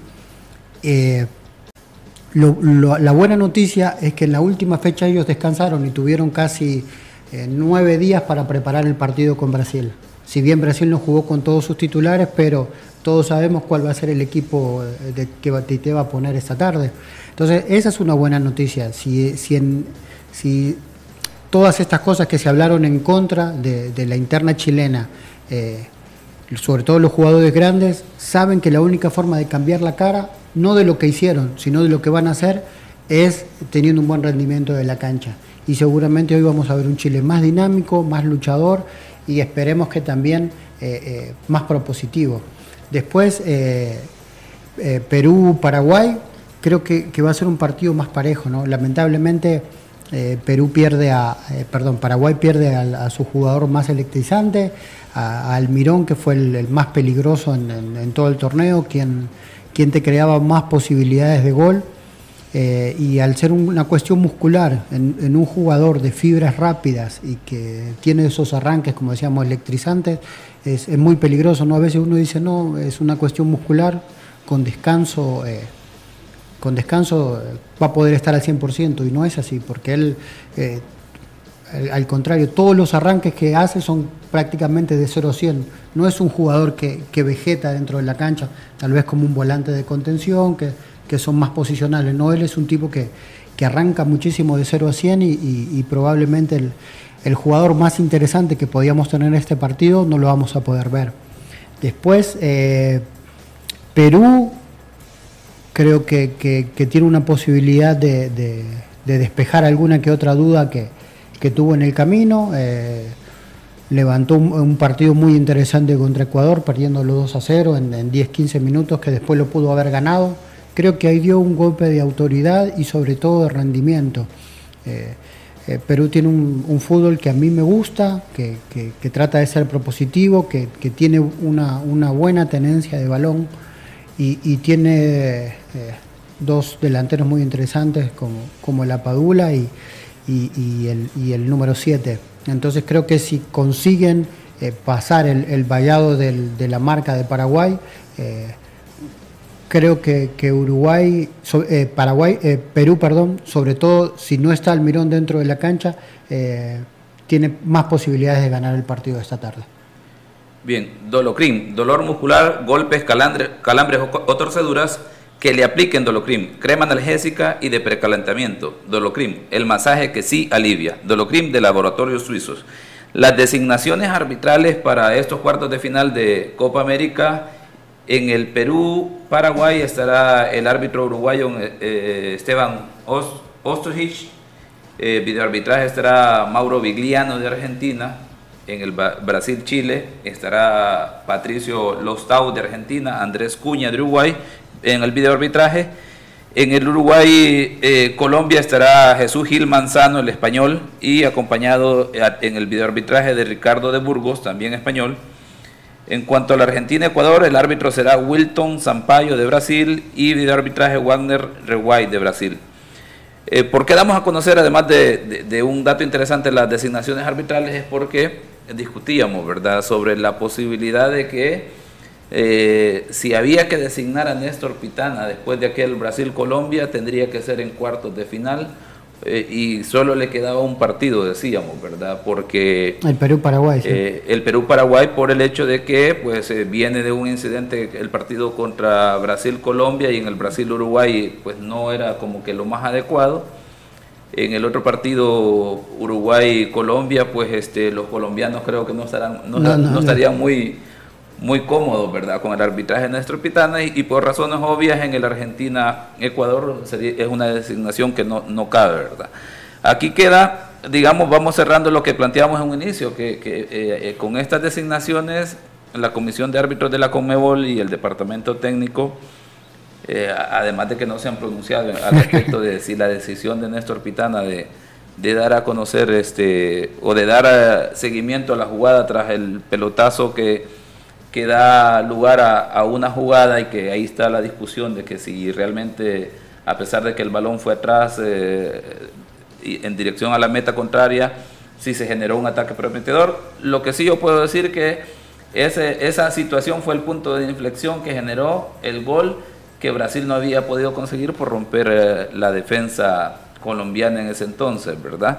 La buena noticia es que en la última fecha ellos descansaron y tuvieron casi 9 días para preparar el partido con Brasil. Si bien Brasil no jugó con todos sus titulares, pero todos sabemos cuál va a ser el equipo que Batiste va a poner esta tarde. Entonces, esa es una buena noticia. Si todas estas cosas que se hablaron en contra de la interna chilena, sobre todo los jugadores grandes, saben que la única forma de cambiar la cara, no de lo que hicieron, sino de lo que van a hacer, es teniendo un buen rendimiento de la cancha. Y seguramente hoy vamos a ver un Chile más dinámico, más luchador, y esperemos que también más propositivo. Después, Perú-Paraguay, creo que va a ser un partido más parejo, ¿no? Lamentablemente Paraguay pierde a su jugador más electrizante, a Almirón, que fue el más peligroso en todo el torneo, quien te creaba más posibilidades de gol. Y al ser una cuestión muscular en un jugador de fibras rápidas y que tiene esos arranques, como decíamos, electrizantes, es muy peligroso, ¿no? A veces uno dice, no, es una cuestión muscular, con descanso va a poder estar al 100%, y no es así, porque él, al contrario, todos los arranques que hace son prácticamente de 0 a 100. No es un jugador que vegeta dentro de la cancha, tal vez como un volante de contención, que son más posicionales. No, él es un tipo que arranca muchísimo de 0 a 100 y probablemente el jugador más interesante que podíamos tener en este partido no lo vamos a poder ver. Después, Perú creo que tiene una posibilidad de despejar alguna que otra duda que tuvo en el camino. Levantó un partido muy interesante contra Ecuador, perdiéndolo 2-0 en 10-15 minutos, que después lo pudo haber ganado. Creo que ahí dio un golpe de autoridad y sobre todo de rendimiento. Perú tiene un fútbol que a mí me gusta, que trata de ser propositivo, que tiene una buena tenencia de balón y tiene dos delanteros muy interesantes como la Padula y el número 7. Entonces creo que si consiguen pasar el vallado de la marca de Paraguay, creo que Perú, sobre todo si no está Almirón dentro de la cancha, tiene más posibilidades de ganar el partido de esta tarde. Bien, Dolocrim, dolor muscular, golpes, calambres o torceduras, que le apliquen Dolocrim, crema analgésica y de precalentamiento. Dolocrim, el masaje que sí alivia. Dolocrim de Laboratorios Suizos. Las designaciones arbitrales para estos cuartos de final de Copa América: en el Perú-Paraguay estará el árbitro uruguayo Esteban Ostojic. Videoarbitraje estará Mauro Vigliano de Argentina. En el Brasil-Chile estará Patricio Lostau de Argentina, Andrés Cuña de Uruguay en el videoarbitraje. En el Uruguay-Colombia estará Jesús Gil Manzano, el español, y acompañado en el videoarbitraje de Ricardo de Burgos, también español. En cuanto a la Argentina-Ecuador, el árbitro será Wilton Sampaio de Brasil y videoarbitraje Wagner Reguay de Brasil. ¿Por qué damos a conocer, además de un dato interesante, las designaciones arbitrales? Es porque discutíamos, ¿verdad?, sobre la posibilidad de que si había que designar a Néstor Pitana después de aquel Brasil-Colombia, tendría que ser en cuartos de final. Y solo le quedaba un partido, decíamos, ¿verdad? Porque el Perú-Paraguay, sí. El Perú-Paraguay, por el hecho de que pues viene de un incidente, el partido contra Brasil-Colombia, y en el Brasil-Uruguay pues no era como que lo más adecuado. En el otro partido, Uruguay-Colombia, pues los colombianos creo que no estarían muy cómodos, ¿verdad?, con el arbitraje de Néstor Pitana, y por razones obvias en el Argentina-Ecuador es una designación que no cabe, ¿verdad? Aquí queda, digamos, vamos cerrando lo que planteamos en un inicio, que con estas designaciones la Comisión de Árbitros de la Conmebol y el Departamento Técnico, además de que no se han pronunciado al respecto de si la decisión de Néstor Pitana de dar a conocer o de dar seguimiento a la jugada tras el pelotazo que da lugar a una jugada, y que ahí está la discusión de que si realmente, a pesar de que el balón fue atrás y en dirección a la meta contraria, si se generó un ataque prometedor. Lo que sí yo puedo decir que esa situación fue el punto de inflexión que generó el gol que Brasil no había podido conseguir por romper la defensa colombiana en ese entonces, ¿verdad?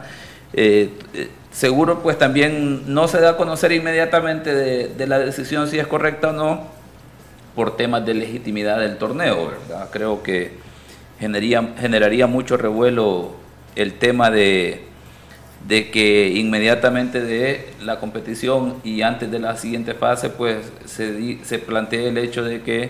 Seguro pues también no se da a conocer inmediatamente de la decisión si es correcta o no, por temas de legitimidad del torneo, ¿verdad? Creo que generaría mucho revuelo el tema de que inmediatamente de la competición y antes de la siguiente fase pues se plantee el hecho de que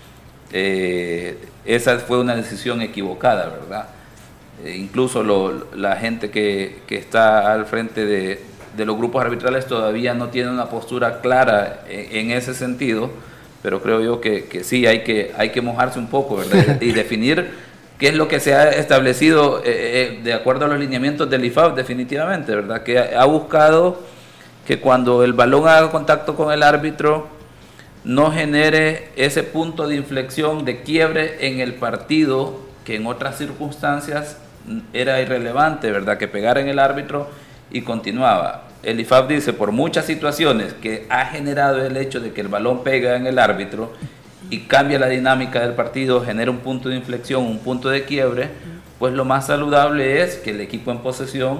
esa fue una decisión equivocada, ¿verdad? Incluso la gente que está al frente de los grupos arbitrales todavía no tiene una postura clara en ese sentido, pero creo yo que sí hay que mojarse un poco, ¿verdad? Y definir ¿Qué es lo que se ha establecido de acuerdo a los lineamientos del IFAB? Definitivamente, ¿verdad? Que ha buscado que cuando el balón haga contacto con el árbitro no genere ese punto de inflexión, de quiebre en el partido, que en otras circunstancias era irrelevante, ¿verdad? Que pegara en el árbitro y continuaba. El IFAB dice, por muchas situaciones que ha generado el hecho de que el balón pega en el árbitro y cambia la dinámica del partido, genera un punto de inflexión, un punto de quiebre, pues lo más saludable es que el equipo en posesión,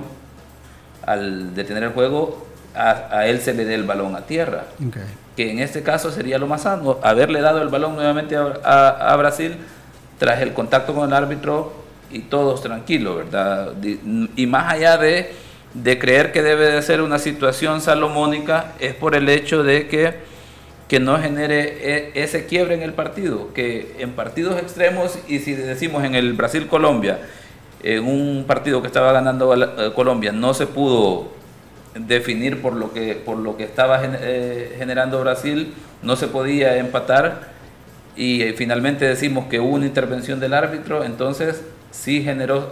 al detener el juego, a él se le dé el balón a tierra. Okay. Que en este caso sería lo más sano, haberle dado el balón nuevamente a Brasil tras el contacto con el árbitro y todos tranquilos, ¿verdad? Y más allá de creer que debe de ser una situación salomónica, es por el hecho de que no genere ese quiebre en el partido, que en partidos extremos, y si decimos en el Brasil-Colombia, en un partido que estaba ganando Colombia, no se pudo definir por lo que estaba generando Brasil, no se podía empatar, y finalmente decimos que hubo una intervención del árbitro, entonces sí generó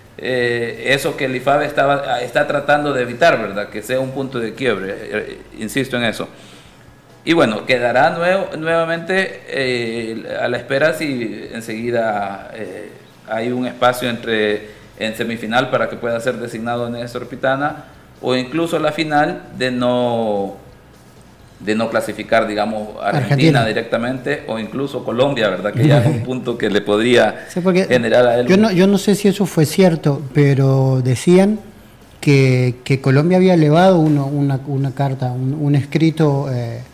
eso que el IFAB está tratando de evitar, ¿verdad? Que sea un punto de quiebre, insisto en eso. Y bueno, quedará nuevamente a la espera si enseguida hay un espacio en semifinal para que pueda ser designado Néstor Pitana, o incluso la final de no clasificar, digamos, Argentina directamente, o incluso Colombia, ¿verdad? Que ya es un punto que le podría generar a él. Yo no sé si eso fue cierto, pero decían que Colombia había elevado una carta, un escrito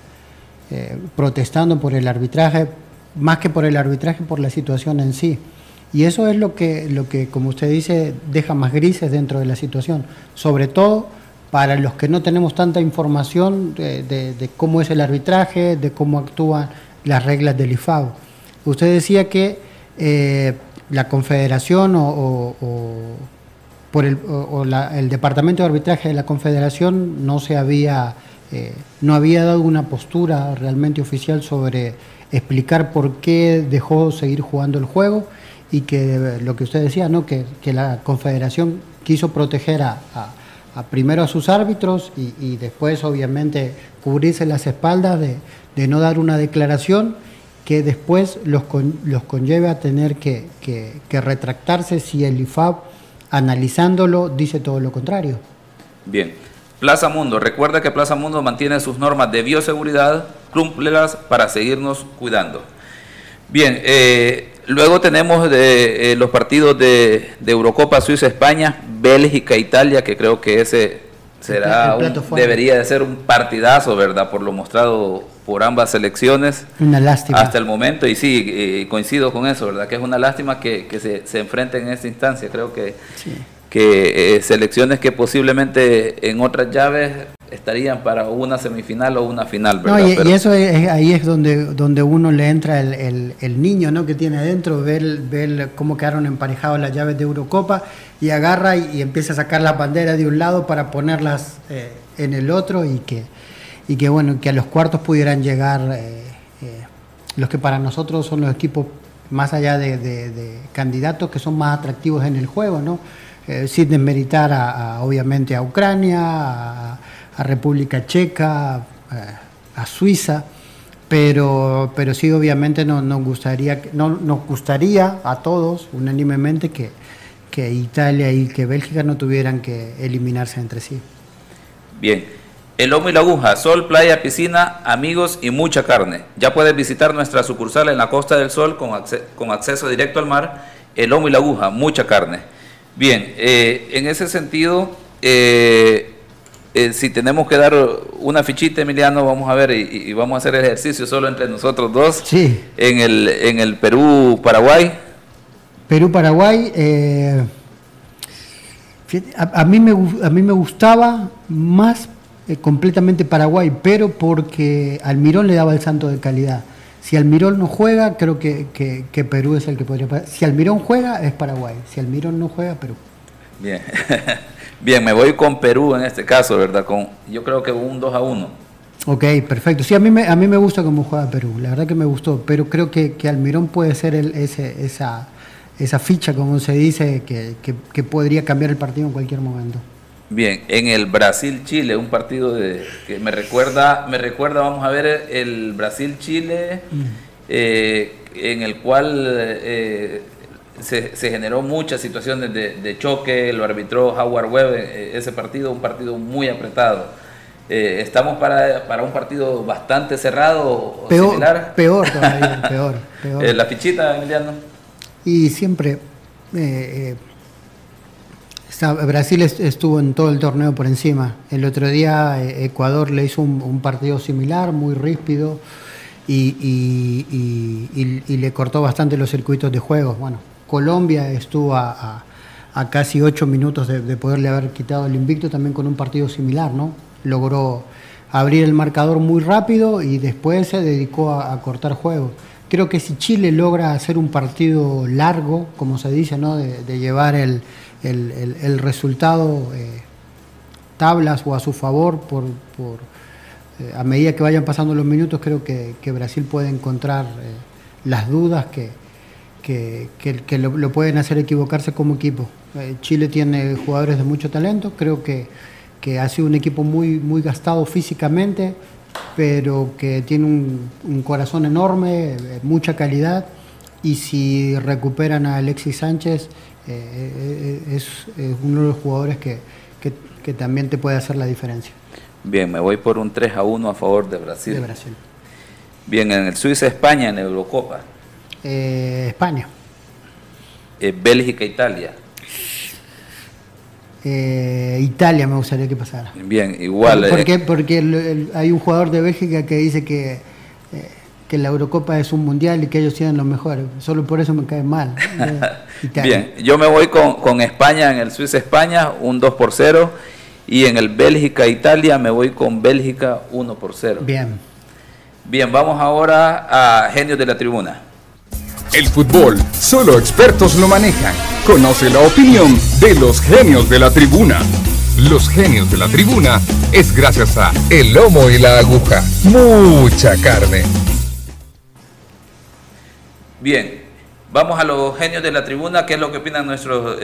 protestando por el arbitraje, más que por el arbitraje, por la situación en sí. Y eso es lo que, como usted dice, deja más grises dentro de la situación, sobre todo para los que no tenemos tanta información de cómo es el arbitraje, de cómo actúan las reglas del IFAB. Usted decía que la Confederación el Departamento de Arbitraje de la Confederación no había dado una postura realmente oficial sobre explicar por qué dejó seguir jugando el juego, y que lo que usted decía, ¿no? que la Confederación quiso proteger primero a sus árbitros y después obviamente cubrirse las espaldas de no dar una declaración que después los conlleve a tener que retractarse si el IFAB, analizándolo, dice todo lo contrario. Bien. Plaza Mundo, recuerda que Plaza Mundo mantiene sus normas de bioseguridad, cúmplelas para seguirnos cuidando. Bien, luego tenemos los partidos de Eurocopa, Suiza, España, Bélgica, Italia, que creo que ese debería de ser un partidazo, ¿verdad? Por lo mostrado por ambas selecciones. Una lástima. Hasta el momento, y sí, coincido con eso, ¿verdad? Que es una lástima que se enfrenten en esta instancia. Creo que, sí, que selecciones que posiblemente en otras llaves estarían para una semifinal o una final, ¿verdad? No, y eso ahí es donde uno le entra el niño, ¿no? Que tiene adentro, ver cómo quedaron emparejadas las llaves de Eurocopa, y agarra y empieza a sacar la bandera de un lado para ponerlas en el otro, y que bueno, que a los cuartos pudieran llegar los que para nosotros son los equipos más allá de candidatos que son más atractivos en el juego, ¿no? Sin desmeritar obviamente a Ucrania, a República Checa, a Suiza, pero sí, obviamente nos gustaría a todos unánimemente que Italia y que Bélgica no tuvieran que eliminarse entre sí. Bien, el lomo y la aguja, sol, playa, piscina, amigos y mucha carne. Ya puedes visitar nuestra sucursal en la Costa del Sol con acceso directo al mar. El lomo y la aguja, mucha carne. Bien, en ese sentido, si tenemos que dar una fichita, Emiliano, vamos a ver y vamos a hacer el ejercicio solo entre nosotros dos. Sí. En el Perú-Paraguay. Perú-Paraguay, a mí me gustaba más completamente Paraguay, pero porque Almirón le daba el salto de calidad. Si Almirón no juega, creo que Perú es el que podría pasar. Si Almirón juega, es Paraguay. Si Almirón no juega, Perú. Bien. Bien, me voy con Perú en este caso, ¿verdad? Yo creo que un 2-1. Ok, perfecto. Sí, a mí me gusta cómo juega Perú. La verdad que me gustó, pero creo que Almirón puede ser esa ficha, como se dice, que podría cambiar el partido en cualquier momento. Bien, en el Brasil-Chile, un partido que me recuerda, vamos a ver, el Brasil-Chile, en el cual se generó muchas situaciones de choque, lo arbitró Howard Webb, ese partido, un partido muy apretado. ¿Estamos para un partido bastante cerrado o similar? Peor todavía, peor. La fichita, Emiliano. Y siempre Brasil estuvo en todo el torneo por encima. El otro día Ecuador le hizo un partido similar, muy ríspido, y le cortó bastante los circuitos de juego. Bueno, Colombia estuvo a casi 8 minutos de poderle haber quitado el invicto, también con un partido similar, ¿no? Logró abrir el marcador muy rápido y después se dedicó a cortar juego. Creo que si Chile logra hacer un partido largo, como se dice, ¿no? de llevar el resultado tablas o a su favor a medida que vayan pasando los minutos, creo que Brasil puede encontrar las dudas que lo pueden hacer equivocarse como equipo. Chile tiene jugadores de mucho talento, creo que ha sido un equipo muy, muy gastado físicamente, pero que tiene un corazón enorme, mucha calidad, y si recuperan a Alexis Sánchez, es uno de los jugadores que también te puede hacer la diferencia. Bien, me voy por un 3-1 a favor de Brasil. Bien, en el Suiza-España, en Eurocopa. España. Bélgica-Italia. Italia me gustaría que pasara. Bien, igual. Porque hay un jugador de Bélgica que dice que la Eurocopa es un mundial y que ellos tienen lo mejor. Solo por eso me cae mal. Bien, yo me voy con España en el Suiza-España, un 2-0. Y en el Bélgica-Italia me voy con Bélgica 1-0. Bien, vamos ahora a Genios de la Tribuna. El fútbol, solo expertos lo manejan. Conoce la opinión de los Genios de la Tribuna. Los Genios de la Tribuna es gracias a El Lomo y la Aguja. Mucha carne. Bien, vamos a los Genios de la Tribuna. ¿Qué es lo que opinan nuestros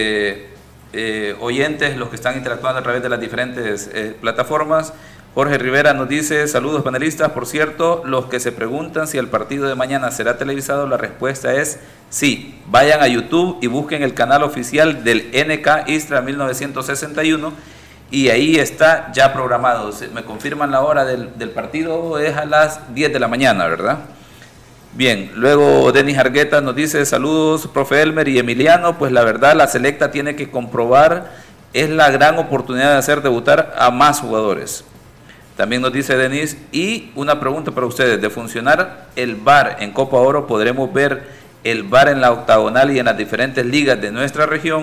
oyentes, los que están interactuando a través de las diferentes plataformas? Jorge Rivera nos dice: saludos panelistas, por cierto, los que se preguntan si el partido de mañana será televisado, la respuesta es sí. Vayan a YouTube y busquen el canal oficial del NK Istra 1961 y ahí está ya programado. Me confirman la hora del partido, es a las 10 de la mañana, ¿verdad? Bien, luego Denis Argueta nos dice: saludos profe Elmer y Emiliano, pues la verdad la selecta tiene que comprobar, es la gran oportunidad de hacer debutar a más jugadores. También nos dice Denis, y una pregunta para ustedes: de funcionar el VAR en Copa Oro, ¿podremos ver el VAR en la octagonal y en las diferentes ligas de nuestra región?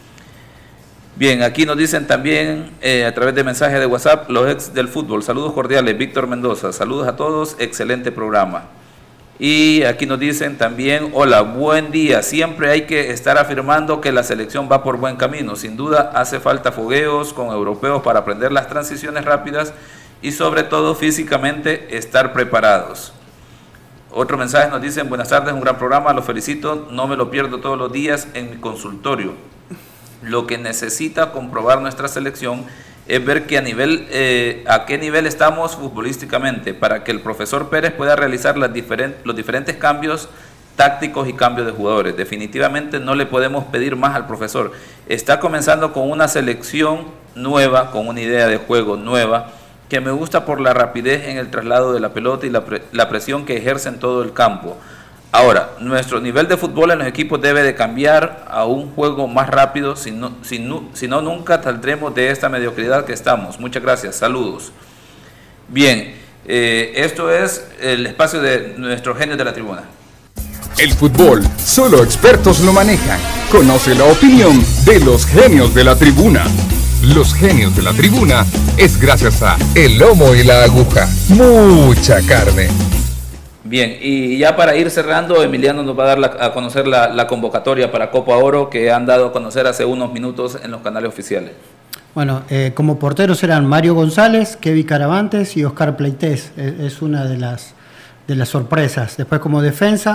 Bien, aquí nos dicen también a través de mensajes de WhatsApp, los ex del fútbol, saludos cordiales, Víctor Mendoza, saludos a todos, excelente programa. Y aquí nos dicen también: hola, buen día, siempre hay que estar afirmando que la selección va por buen camino, sin duda hace falta fogueos con europeos para aprender las transiciones rápidas y sobre todo físicamente estar preparados. Otro mensaje nos dicen: buenas tardes, un gran programa, los felicito, no me lo pierdo todos los días en mi consultorio. Lo que necesita comprobar nuestra selección es ver que a qué nivel estamos futbolísticamente, para que el profesor Pérez pueda realizar los diferentes cambios tácticos y cambios de jugadores. Definitivamente no le podemos pedir más al profesor. Está comenzando con una selección nueva, con una idea de juego nueva, que me gusta por la rapidez en el traslado de la pelota y la presión que ejerce en todo el campo. Ahora, nuestro nivel de fútbol en los equipos debe de cambiar a un juego más rápido, si no nunca saldremos de esta mediocridad que estamos. Muchas gracias, saludos. Bien, esto es el espacio de nuestros Genios de la Tribuna. El fútbol, solo expertos lo manejan. Conoce la opinión de los Genios de la Tribuna. Los Genios de la Tribuna es gracias a El Lomo y la Aguja. Mucha carne. Bien, y ya para ir cerrando, Emiliano nos va a dar a conocer la convocatoria para Copa Oro que han dado a conocer hace unos minutos en los canales oficiales. Bueno, como porteros eran Mario González, Kevin Caravantes y Oscar Pleités. Es una de las sorpresas. Después, como defensa,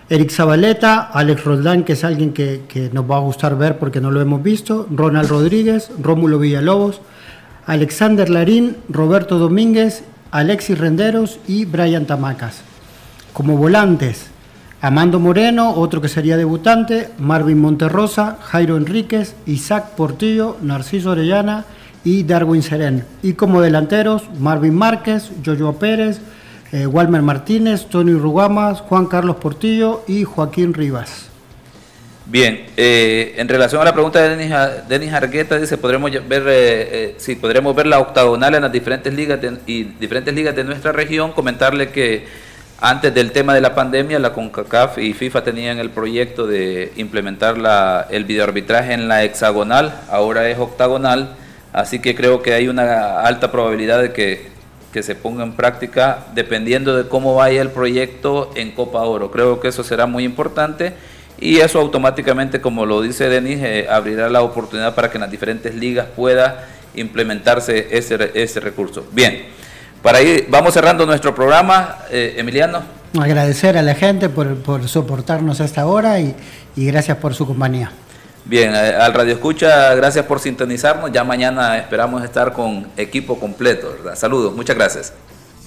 Eric Zabaleta, Alex Roldán, que es alguien que nos va a gustar ver porque no lo hemos visto, Ronald Rodríguez, Rómulo Villalobos, Alexander Larín, Roberto Domínguez, Alexis Renderos y Brian Tamacas. Como volantes, Amando Moreno, otro que sería debutante, Marvin Monterrosa, Jairo Enríquez, Isaac Portillo, Narciso Orellana y Darwin Serén. Y como delanteros, Marvin Márquez, Yoyo Pérez, Walmer Martínez, Tony Rugamas, Juan Carlos Portillo y Joaquín Rivas. Bien, en relación a la pregunta de Denis Argueta, dice, podremos ver la octagonal en las diferentes ligas de nuestra región. Comentarle que antes del tema de la pandemia, la CONCACAF y FIFA tenían el proyecto de implementar el videoarbitraje en la hexagonal, ahora es octagonal, así que creo que hay una alta probabilidad de que se ponga en práctica dependiendo de cómo vaya el proyecto en Copa Oro. Creo que eso será muy importante y eso automáticamente, como lo dice Denis, abrirá la oportunidad para que en las diferentes ligas pueda implementarse ese recurso. Bien. Para ir, vamos cerrando nuestro programa, Emiliano. Agradecer a la gente por soportarnos a esta hora y gracias por su compañía. Bien, al Radio Escucha, gracias por sintonizarnos. Ya mañana esperamos estar con equipo completo, ¿verdad? Saludos, muchas gracias.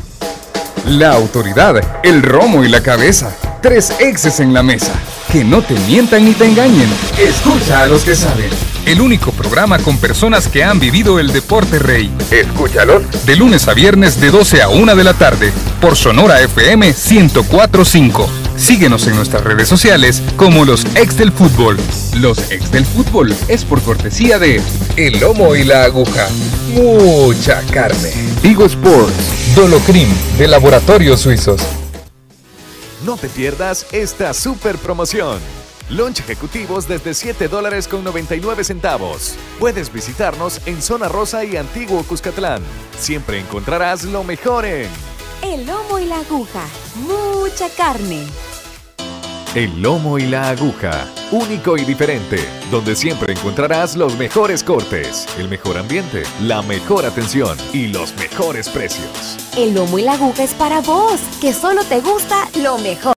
La autoridad, el romo y la cabeza. 3 exes en la mesa. Que no te mientan ni te engañen. Escucha a los que saben. El único programa con personas que han vivido el deporte rey. Escúchalo. De lunes a viernes de 12 a 1 de la tarde. Por Sonora FM 104.5. Síguenos en nuestras redes sociales como Los Ex del Fútbol. Los Ex del Fútbol es por cortesía de El Lomo y la Aguja. Mucha carne. Vigo Sports. Dolocrim de Laboratorios Suizos. No te pierdas esta super promoción. Lunch ejecutivos desde $7.99. Puedes visitarnos en Zona Rosa y Antiguo Cuscatlán. Siempre encontrarás lo mejor en El Lomo y la Aguja. Mucha carne. El Lomo y la Aguja, único y diferente, donde siempre encontrarás los mejores cortes, el mejor ambiente, la mejor atención y los mejores precios. El Lomo y la Aguja es para vos, que solo te gusta lo mejor.